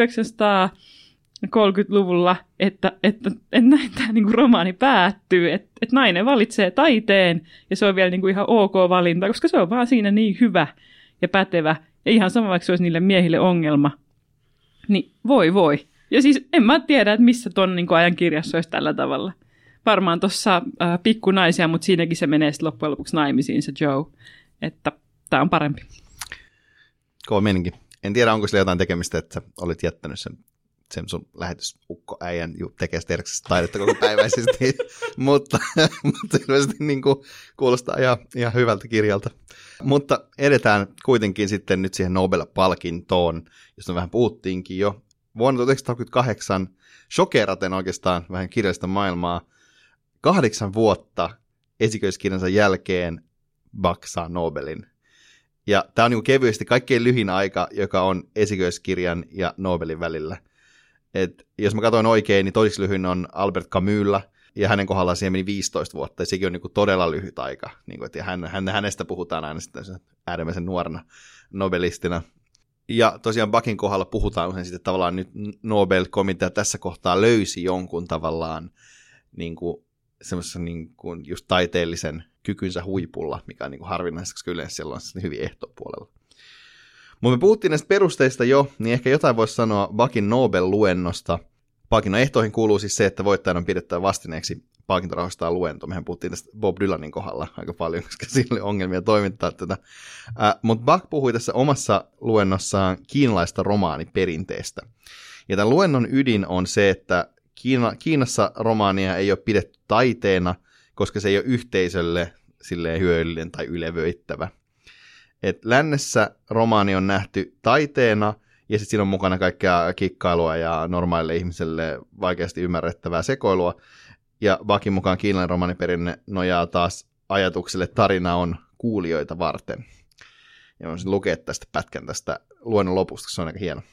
1930-luvulla, että näin tämä niinku romaani päättyy, että nainen valitsee taiteen ja se on vielä niinku ihan ok valinta, koska se on vaan siinä niin hyvä ja pätevä ja ihan sama, vaikka se olisi niille miehille ongelma. Niin voi. Ja siis en mä tiedä, että missä ton niinku ajan kirjassa olisi tällä tavalla. Varmaan tuossa pikkunaisia, mutta siinäkin se menee sitten loppujen lopuksi naimisiin se Joe, että tämä on parempi. Kova meininki. En tiedä, onko sillä jotain tekemistä, että olit jättänyt sen sun lähetysukkoäijän tekee sterksistä taidetta koko päiväisesti, mutta ilmeisesti niin kuin kuulostaa ihan hyvältä kirjalta. Mutta edetään kuitenkin sitten nyt siihen Nobel-palkintoon, josta vähän puhuttiinkin jo. Vuonna 1938 shokeraten oikeastaan vähän kirjallista maailmaa. 8 vuotta esiköiskirjansa jälkeen Bach saa Nobelin. Ja tämä on niin kevyesti kaikkein lyhin aika, joka on esiköiskirjan ja Nobelin välillä. Et jos mä katsoin oikein, niin toiseksi lyhyin on Albert Camuslla, ja hänen kohdallaan siihen meni 15 vuotta, ja sekin on niin kuin todella lyhyt aika. Niin kuin, ja hänestä puhutaan aina sitten äärimmäisen nuorena nobelistina. Ja tosiaan Bachin kohdalla puhutaan usein sitten tavallaan nyt Nobel-komitea tässä kohtaa löysi jonkun tavallaan niin kuin semmoisen niin kuin just taiteellisen kykynsä huipulla, mikä on niin kuin harvinaista, koska yleensä siellä on hyvin ehtopuolella. Mutta me puhuttiin näistä perusteista jo, niin ehkä jotain voisi sanoa Bachin Nobel-luennosta. Palkinnon ehtoihin kuuluu siis se, että voittajan on pidettävä vastineeksi palkintorahoistaan luento. Mehän puhuttiin tästä Bob Dylanin kohdalla aika paljon, koska siinä oli ongelmia toimittaa tätä. Mutta Bach puhui tässä omassa luennossaan kiinalaista romaaniperinteestä. Ja tämän luennon ydin on se, että Kiinassa romaania ei ole pidetty taiteena, koska se ei ole yhteisölle silleen hyödyllinen tai ylevöittävä. Et lännessä romaani on nähty taiteena, ja sitten siinä on mukana kaikkea kikkailua ja normaalille ihmiselle vaikeasti ymmärrettävää sekoilua. Ja Bachin mukaan kiinalainen romaaniperinne nojaa taas ajatukselle, että tarina on kuulijoita varten. Ja voisin lukea tästä pätkän tästä luennon lopusta, se on aika hieno.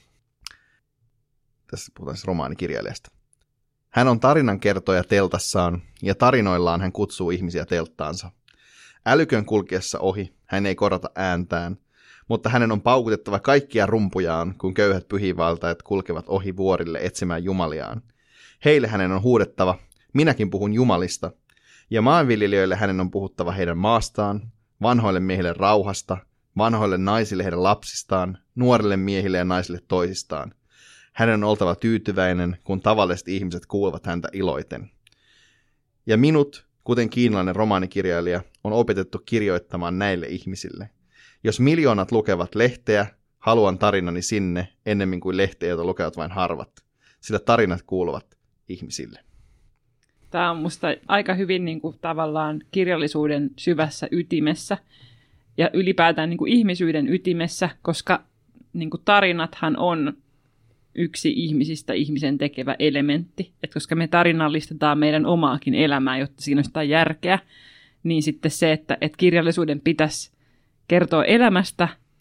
Tässä puhutaan siis romaanikirjailijasta. Hän on tarinankertoja teltassaan, ja tarinoillaan hän kutsuu ihmisiä telttaansa. Älykön kulkiessa ohi, hän ei korota ääntään, mutta hänen on paukutettava kaikkia rumpujaan, kun köyhät pyhiinvaeltajat kulkevat ohi vuorille etsimään jumaliaan. Heille hänen on huudettava, minäkin puhun jumalista, ja maanviljelijöille hänen on puhuttava heidän maastaan, vanhoille miehille rauhasta, vanhoille naisille heidän lapsistaan, nuorille miehille ja naisille toisistaan. Hänen on oltava tyytyväinen, kun tavalliset ihmiset kuulevat häntä iloiten. Ja minut, kuten kiinalainen romaanikirjailija, on opetettu kirjoittamaan näille ihmisille. Jos miljoonat lukevat lehteä, haluan tarinani sinne ennemmin kuin lehteä, jota lukevat vain harvat. Sillä tarinat kuuluvat ihmisille. Tämä on musta aika hyvin niin kuin, tavallaan kirjallisuuden syvässä ytimessä ja ylipäätään niin kuin, ihmisyyden ytimessä, koska niin kuin, tarinathan on yksi ihmisistä ihmisen tekevä elementti. Et koska me tarinallistetaan meidän omaakin elämää, jotta siinä on sitä järkeä, niin sitten se, että kirjallisuuden pitäisi kertoa elämästä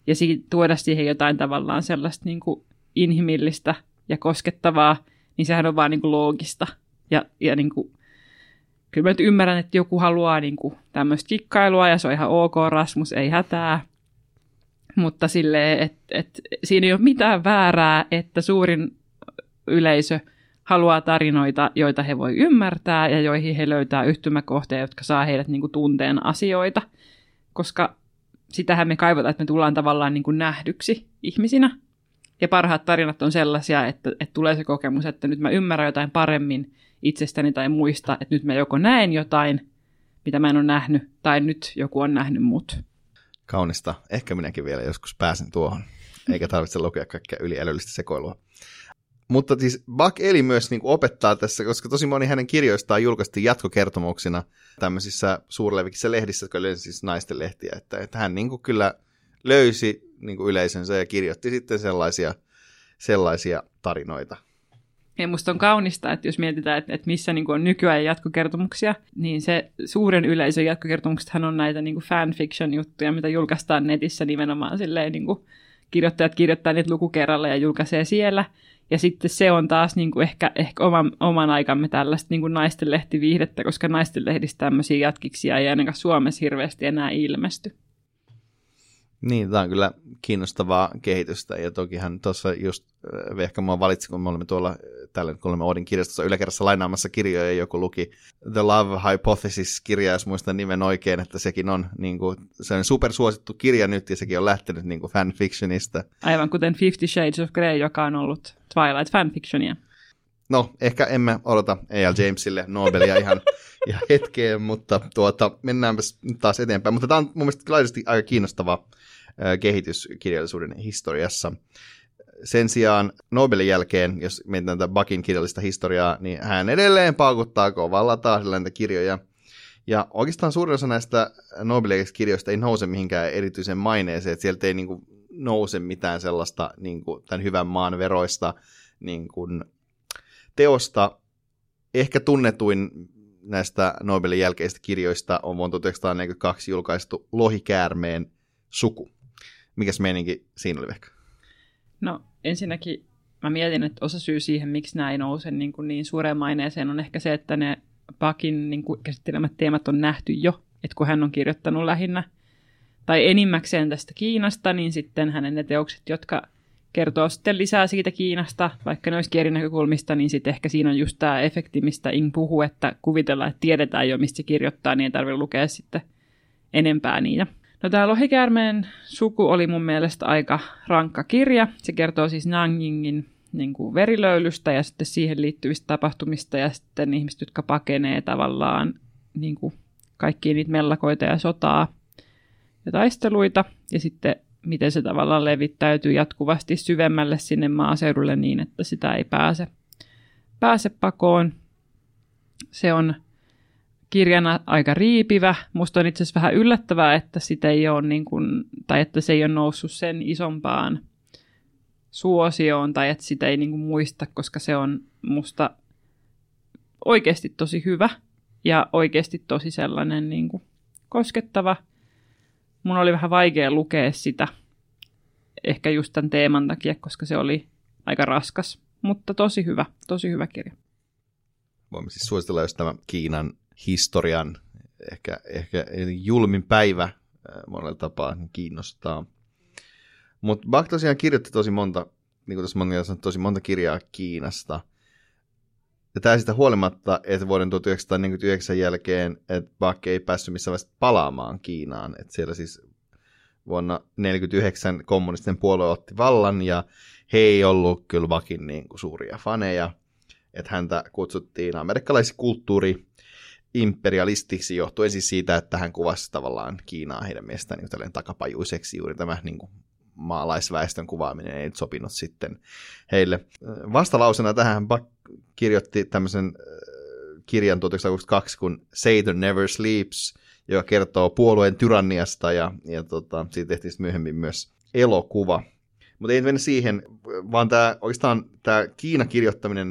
ja tuoda siihen jotain tavallaan sellaista niin kuin inhimillistä ja koskettavaa, niin sehän on vaan niin kuin loogista. Ja niin kuin, kyllä mä nyt ymmärrän, että joku haluaa niin kuin tämmöistä kikkailua, ja se on ihan ok, Rasmus, ei hätää. Mutta silleen, että siinä ei ole mitään väärää, että suurin yleisö haluaa tarinoita, joita he voi ymmärtää, ja joihin he löytää yhtymäkohtia, jotka saa heidät niin kuin tunteen asioita. Koska sitähän me kaivataan, että me tullaan tavallaan niin kuin nähdyksi ihmisinä. Ja parhaat tarinat on sellaisia, että tulee se kokemus, että nyt mä ymmärrän jotain paremmin itsestäni tai muista, että nyt mä joko näen jotain, mitä mä en ole nähnyt, tai nyt joku on nähnyt mut. Kaunista. Ehkä minäkin vielä joskus pääsen tuohon, eikä tarvitse lukea kaikkea yliälyllistä sekoilua. Mutta siis Buck eli myös niin kuin opettaa tässä, koska tosi moni hänen kirjoistaan julkaistiin jatkokertomuksina tämmöisissä suurlevikissä lehdissä, jotka oli siis naisten lehtiä, että hän niin kuin kyllä löysi niin kuin yleisönsä ja kirjoitti sitten sellaisia tarinoita. Ja musta on kaunista, että jos mietitään, että missä niin kuin on nykyään jatkokertomuksia, niin se suuren yleisön jatkokertomuksethan on näitä niin kuin fanfiction-juttuja, mitä julkaistaan netissä nimenomaan silleen, niin kuin kirjoittajat kirjoittaa niitä luku kerralla ja julkaisee siellä. Ja sitten se on taas niin kuin ehkä oman aikamme tällaista niin kuin naisten lehtiviihdettä, koska naisten lehdissä tämmöisiä jatkiksia ei ainakaan Suomessa hirveästi enää ilmesty. Niin, tämä on kyllä kiinnostavaa kehitystä, ja tokihan tuossa just Vehkamaa valitsi, kun me olemme tuolla tällä kolme Oodin kirjastossa yläkerrassa lainaamassa kirjoja, ja joku luki The Love Hypothesis-kirjaa, jos muistan nimen oikein, että sekin on niin kuin, se on supersuosittu kirja nyt, ja sekin on lähtenyt niin kuin fanfictionista. Aivan kuten 50 Shades of Grey, joka on ollut Twilight fanfictionia. No, ehkä emme odota A.L. Jamesille Nobelia ihan hetkeen, mutta mennäänpä taas eteenpäin. Mutta tämä on mun mielestä laajasti aika kiinnostava kehitys kirjallisuuden historiassa. Sen sijaan Nobelin jälkeen, jos mietitään tätä Buckin kirjallista historiaa, niin hän edelleen paukuttaa kovalla tahdilla näitä kirjoja. Ja oikeastaan suurin osa näistä Nobelin kirjoista ei nouse mihinkään erityisen maineeseen, että sieltä ei niin kuin nouse mitään sellaista niin kuin tämän hyvän maan veroista niin kuin teosta. Ehkä tunnetuin näistä Nobelin jälkeistä kirjoista on vuonna 1942 julkaistu Lohikäärmeen suku. Mikäs meininki siinä oli, Vehka? No ensinnäkin mä mietin, että osa syy siihen, miksi nämä ei nouse niin suureen maineeseen, on ehkä se, että ne Buckin niin käsittelemät teemat on nähty jo, että kun hän on kirjoittanut lähinnä tai enimmäkseen tästä Kiinasta, niin sitten hänen ne teokset, jotka kertoo sitten lisää siitä Kiinasta, vaikka ne olisikin eri näkökulmista, niin sitten ehkä siinä on just tämä efekti, mistä Ing puhuu, että kuvitellaan, että tiedetään jo, mistä se kirjoittaa, niin ei tarvitse lukea sitten enempää niitä. No tämä Lohikäärmeen suku oli mun mielestä aika rankka kirja. Se kertoo siis Nanjingin niin kuin verilöylystä ja sitten siihen liittyvistä tapahtumista ja sitten ihmiset, jotka pakenee tavallaan niin kuin kaikkia niitä mellakoita ja sotaa ja taisteluita. Ja sitten miten se tavallaan levittäytyy jatkuvasti syvemmälle sinne maaseudulle niin, että sitä ei pääse pakoon. Se on kirjana aika riipivä. Musta on itse asiassa vähän yllättävää, että sitä ei ole niin kuin, tai että se ei ole noussut sen isompaan suosioon tai että sitä ei niin kuin muista, koska se on musta oikeasti tosi hyvä ja oikeasti tosi sellainen niin kuin koskettava. Mun oli vähän vaikea lukea sitä, ehkä just tämän teeman takia, koska se oli aika raskas, mutta tosi hyvä kirja. Voimme siis suositella, jos tämä Kiinan historian ehkä julmin päivä monella tapaa kiinnostaa. Mutta Buck tosiaan kirjoitti tosi monta, niin kuin tuossa sanoin, tosi monta kirjaa Kiinasta. Ja tämä sitä huolimatta, että vuoden 1949 jälkeen, että Buck ei päässyt missään vaiheessa palaamaan Kiinaan. Että siellä siis vuonna 1949 kommunistinen puolue otti vallan, ja he ei ollut kyllä Buckin niin kuin suuria faneja. Että häntä kutsuttiin amerikkalaisiksi kulttuuri-imperialistiksi johtuen siis siitä, että hän kuvasi tavallaan Kiinaa heidän mielestään niin tällainen takapajuiseksi. Juuri tämä niin kuin maalaisväestön kuvaaminen ei nyt sopinut sitten heille. Vastalausena tähän Buck kirjoitti tämmöisen kirjan 1962 kuin Satan Never Sleeps, joka kertoo puolueen tyranniasta, ja siitä tehtiin myöhemmin myös elokuva. Mutta ei mennä siihen, vaan oikeastaan tämä Kiinan kirjoittaminen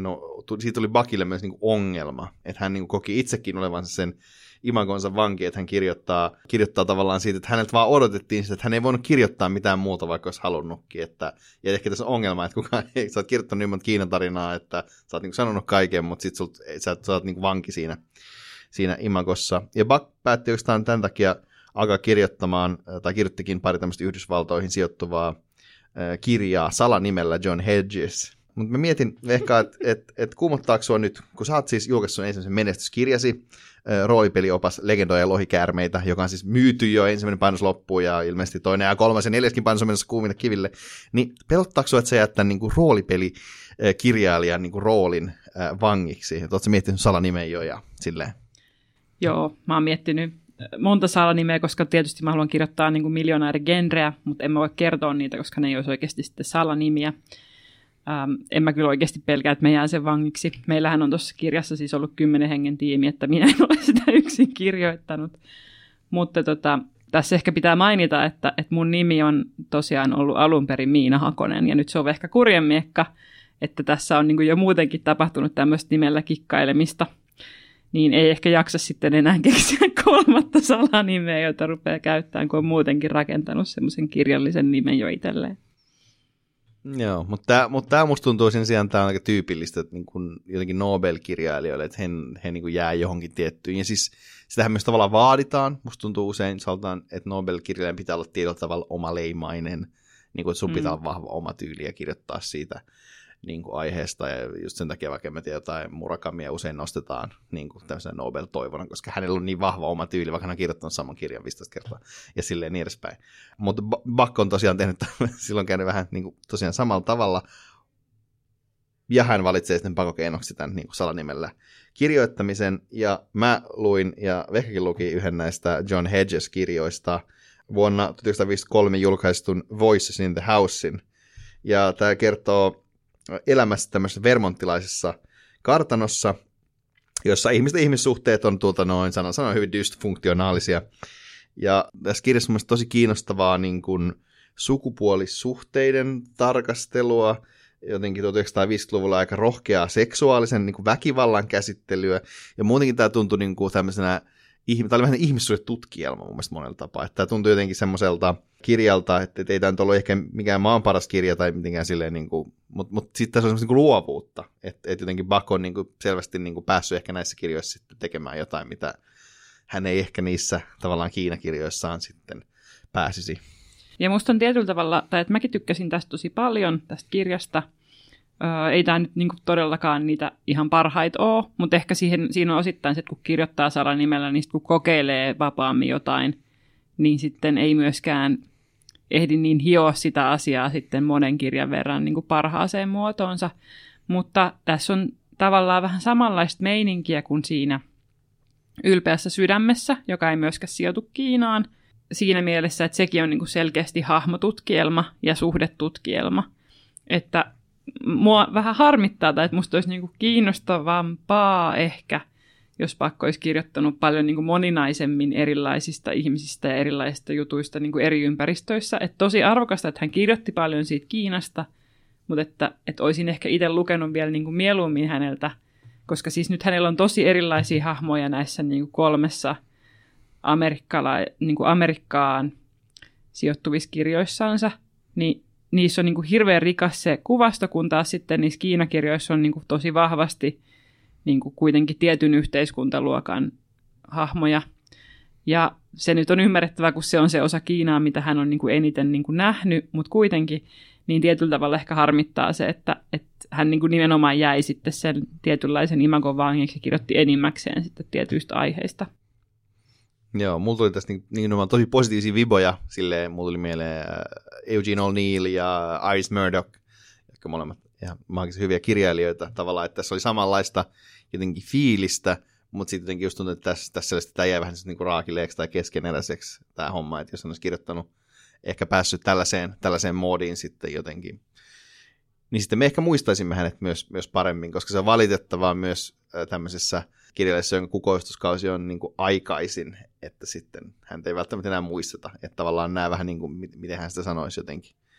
siitä tuli Buckille myös niin kuin ongelma, että hän niin kuin koki itsekin olevansa sen imagonsa vanki, että hän kirjoittaa tavallaan siitä, että häneltä vaan odotettiin sitä, että hän ei voinut kirjoittaa mitään muuta, vaikka olisi halunnutkin. Ja ehkä tässä on ongelma, että sä oot kirjoittanut niin monta Kiinan tarinaa, että sä oot niin kuin sanonut kaiken, mutta sit sä oot niin kuin vanki siinä imagossa. Ja Buck päätti oikeastaan tämän takia alkaa kirjoittamaan, tai kirjoittikin pari tämmöistä Yhdysvaltoihin sijoittuvaa kirjaa salanimellä John Hedges. Mutta mä mietin ehkä, että kuumottaako sua nyt, kun sä oot siis julkaissut sun ensimmäisen menestyskirjasi, roolipeliopas Legendoja ja lohikäärmeitä, joka on siis myyty jo, ensimmäinen painos loppuun ja ilmeisesti toinen ja kolmas ja neljäskin painos on menossa kuumille kiville, niin pelottaako sua, että sä jäät tämän niin kuin roolipelikirjailijan niin kuin roolin vangiksi? Oletko sä miettinyt salanimen jo ja silleen? Joo, mä oon miettinyt monta salanimeä, koska tietysti mä haluan kirjoittaa niin kuin miljonäärigenreä, mutta en mä voi kertoa niitä, koska ne ei olisi oikeasti sitten salanimiä. En mä kyllä oikeasti pelkää, että me jään sen vangiksi. Meillähän on tuossa kirjassa siis ollut 10 hengen tiimi, että minä en ole sitä yksin kirjoittanut. Mutta tässä ehkä pitää mainita, että mun nimi on tosiaan ollut alun perin Miina Hakonen, ja nyt se on ehkä kurjemiekka, että tässä on niin kuin jo muutenkin tapahtunut tämmöistä nimellä kikkailemista. Niin ei ehkä jaksa sitten enää keksiä 3. salanimeä, jota rupeaa käyttämään, kun on muutenkin rakentanut semmoisen kirjallisen nimen jo itselleen. Joo, mutta tämä musta tuntuu sen sijaan, tämä on aika tyypillistä, että niin kuin jotenkin Nobel-kirjailijoille, että he niin kuin jää johonkin tiettyyn. Ja siis sitähän myös tavallaan vaaditaan. Musta tuntuu usein, että Nobel-kirjailijan pitää olla tietyllä tavalla omaleimainen, niin kuin, että sun pitää olla vahva oma tyyli ja kirjoittaa siitä niin kuin aiheesta, ja just sen takia vaikka me jotain Murakamia usein nostetaan niin kuin tämmöisenä Nobel-toivona, koska hänellä on niin vahva oma tyyli, vaikka hän on kirjoittanut saman kirjan 15 kertaa, ja silleen niin edespäin. Mutta Buck on tosiaan tehnyt silloin käynyt vähän niin kuin, tosiaan samalla tavalla, ja hän valitsee sitten pakokeinoksi tämän niin kuin salanimellä kirjoittamisen, ja mä luin, ja Vehkäkin luki yhden näistä John Hedges-kirjoista vuonna 1953 julkaistun Voices in the Housein, ja tämä kertoo elämässä tämmöisessä vermonttilaisessa kartanossa, jossa ihmisten ihmissuhteet on sanon hyvin dysfunktionaalisia. Ja tässä kirjassa on tosi kiinnostavaa niin kuin sukupuolisuhteiden tarkastelua, jotenkin 1950-luvulla aika rohkeaa seksuaalisen niin kuin väkivallan käsittelyä, ja muutenkin tämä tuntui niin kuin tämmöisenä, tämä oli vähän ihmissuhdetutkielma mun mielestä monella tapaa, että tämä tuntui jotenkin semmoiselta kirjalta, että ei tämä nyt ollut ehkä mikään maan paras kirja tai mitenkään silleen, niin mutta sitten tässä on semmoista niin luovuutta, että jotenkin Buck on niin kuin selvästi niin kuin päässyt ehkä näissä kirjoissa sitten tekemään jotain, mitä hän ei ehkä niissä tavallaan Kiinakirjoissaan sitten pääsisi. Ja musta on tietyllä tavalla, tai että mäkin tykkäsin tästä tosi paljon, tästä kirjasta. Ei tämä nyt niinku todellakaan niitä ihan parhaita ole, mutta ehkä siinä on osittain se, että kun kirjoittaa salanimellä, niin kun kokeilee vapaammin jotain, niin sitten ei myöskään ehdi niin hioa sitä asiaa sitten monen kirjan verran niin kuin parhaaseen muotoonsa. Mutta tässä on tavallaan vähän samanlaista meininkiä kuin siinä Ylpeässä sydämessä, joka ei myöskään sijoitu Kiinaan. Siinä mielessä, että sekin on niin kuin selkeästi hahmotutkielma ja suhdetutkielma. Että mua vähän harmittaa, tai että musta olisi niin kuin kiinnostavampaa ehkä, jos Buck olisi kirjoittanut paljon niin kuin moninaisemmin erilaisista ihmisistä ja erilaisista jutuista niin kuin eri ympäristöissä. Että tosi arvokasta, että hän kirjoitti paljon siitä Kiinasta, mutta että olisin ehkä itse lukenut vielä niin kuin mieluummin häneltä, koska siis nyt hänellä on tosi erilaisia hahmoja näissä niin kuin 3 niin kuin Amerikkaan sijoittuvissa kirjoissansa, niin niissä on niin kuin hirveän rikas se kuvasto, kun taas sitten niissä Kiinakirjoissa on niin kuin tosi vahvasti niin kuin kuitenkin tietyn yhteiskuntaluokan hahmoja. Ja se nyt on ymmärrettävää, kun se on se osa Kiinaa, mitä hän on niin kuin eniten niin kuin nähnyt, mutta kuitenkin niin tietyllä tavalla ehkä harmittaa se, että hän niin kuin nimenomaan jäi sitten sen tietynlaisen imagon vangiksi ja kirjoitti enimmäkseen sitten tietyistä aiheista. Joo, mulla tuli tästä nimenomaan tosi positiivisia viboja, silleen mulla tuli mieleen Eugene O'Neill ja Iris Murdoch, jotka molemmat ihan maagisen hyviä kirjailijoita tavallaan, että tässä oli samanlaista jotenkin fiilistä, mutta sitten jotenkin just tuntuu, että tässä tämä jäi vähän niin kuin raakileeksi tai keskeneräiseksi tämä homma, että jos hän olisi kirjoittanut, ehkä päässyt tällaiseen moodiin sitten jotenkin, niin sitten me ehkä muistaisimme hänet myös paremmin, koska se on valitettavaa myös tämmöisessä kirjallisessa, jonka kukoistuskausi on niin kuin aikaisin, että sitten häntä ei välttämättä enää muisteta, että tavallaan nämä vähän niin kuin, miten hän sitä sanoisi jotenkin.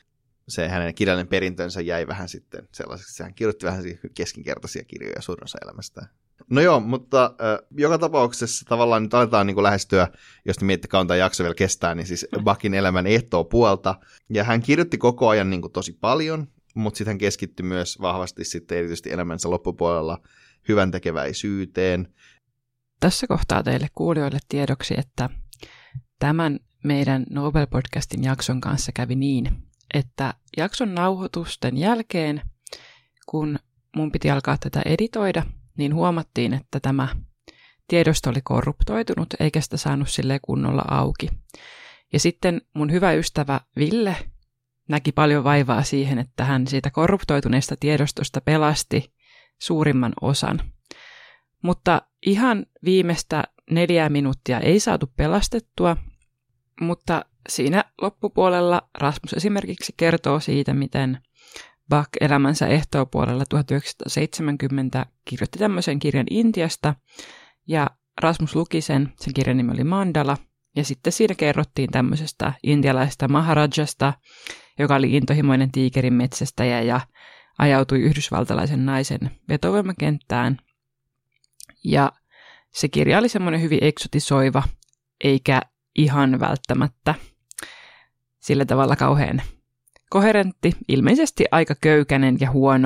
se hänen kirjallinen perintönsä jäi vähän sitten sellaiseksi. Hän kirjoitti vähän keskinkertaisia kirjoja suurin osa elämästään. No joo, mutta joka tapauksessa tavallaan nyt aletaan niin kuin lähestyä, jos te mietitte kauan tämä jakso vielä kestää, niin siis Buckyn elämän ehtoopuolta. Ja hän kirjoitti koko ajan niin kuin tosi paljon, mutta sitten hän keskittyi myös vahvasti sitten erityisesti elämänsä loppupuolella hyväntekeväisyyteen. Tässä kohtaa teille kuulijoille tiedoksi, että tämän meidän Nobel-podcastin jakson kanssa kävi niin, että jakson nauhoitusten jälkeen, kun mun piti alkaa tätä editoida, niin huomattiin, että tämä tiedosto oli korruptoitunut, eikä sitä saanut silleen kunnolla auki. Ja sitten mun hyvä ystävä Ville näki paljon vaivaa siihen, että hän siitä korruptoituneesta tiedostosta pelasti suurimman osan. Mutta ihan viimeistä 4 minuuttia ei saatu pelastettua, mutta siinä loppupuolella Rasmus esimerkiksi kertoo siitä, miten Buck elämänsä ehtoopuolella 1970 kirjoitti tämmöisen kirjan Intiasta, ja Rasmus luki sen kirjan nimi oli Mandala, ja sitten siinä kerrottiin tämmöisestä intialaisesta Maharajasta, joka oli intohimoinen tiikerin metsästäjä ja ajautui yhdysvaltalaisen naisen vetovoimakenttään. Ja se kirja oli semmoinen hyvin eksotisoiva, eikä ihan välttämättä sillä tavalla kauhean koherentti, ilmeisesti aika köykäinen ja huono.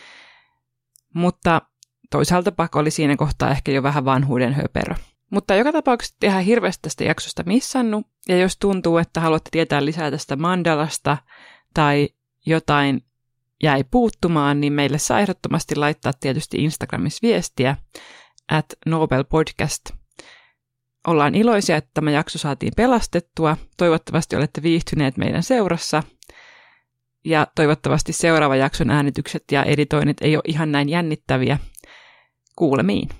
Mutta toisaalta Buck oli siinä kohtaa ehkä jo vähän vanhuuden höperö. Mutta joka tapauksessa ihan hirveästi tästä jaksosta missannut, ja jos tuntuu, että haluatte tietää lisää tästä Mandalasta tai jotain jäi puuttumaan, niin meille saa ehdottomasti laittaa tietysti Instagramissa viestiä @nobelpodcast. Ollaan iloisia, että tämä jakso saatiin pelastettua. Toivottavasti olette viihtyneet meidän seurassa. Ja toivottavasti seuraava jakson äänitykset ja editoinnit ei ole ihan näin jännittäviä. Kuulemiin.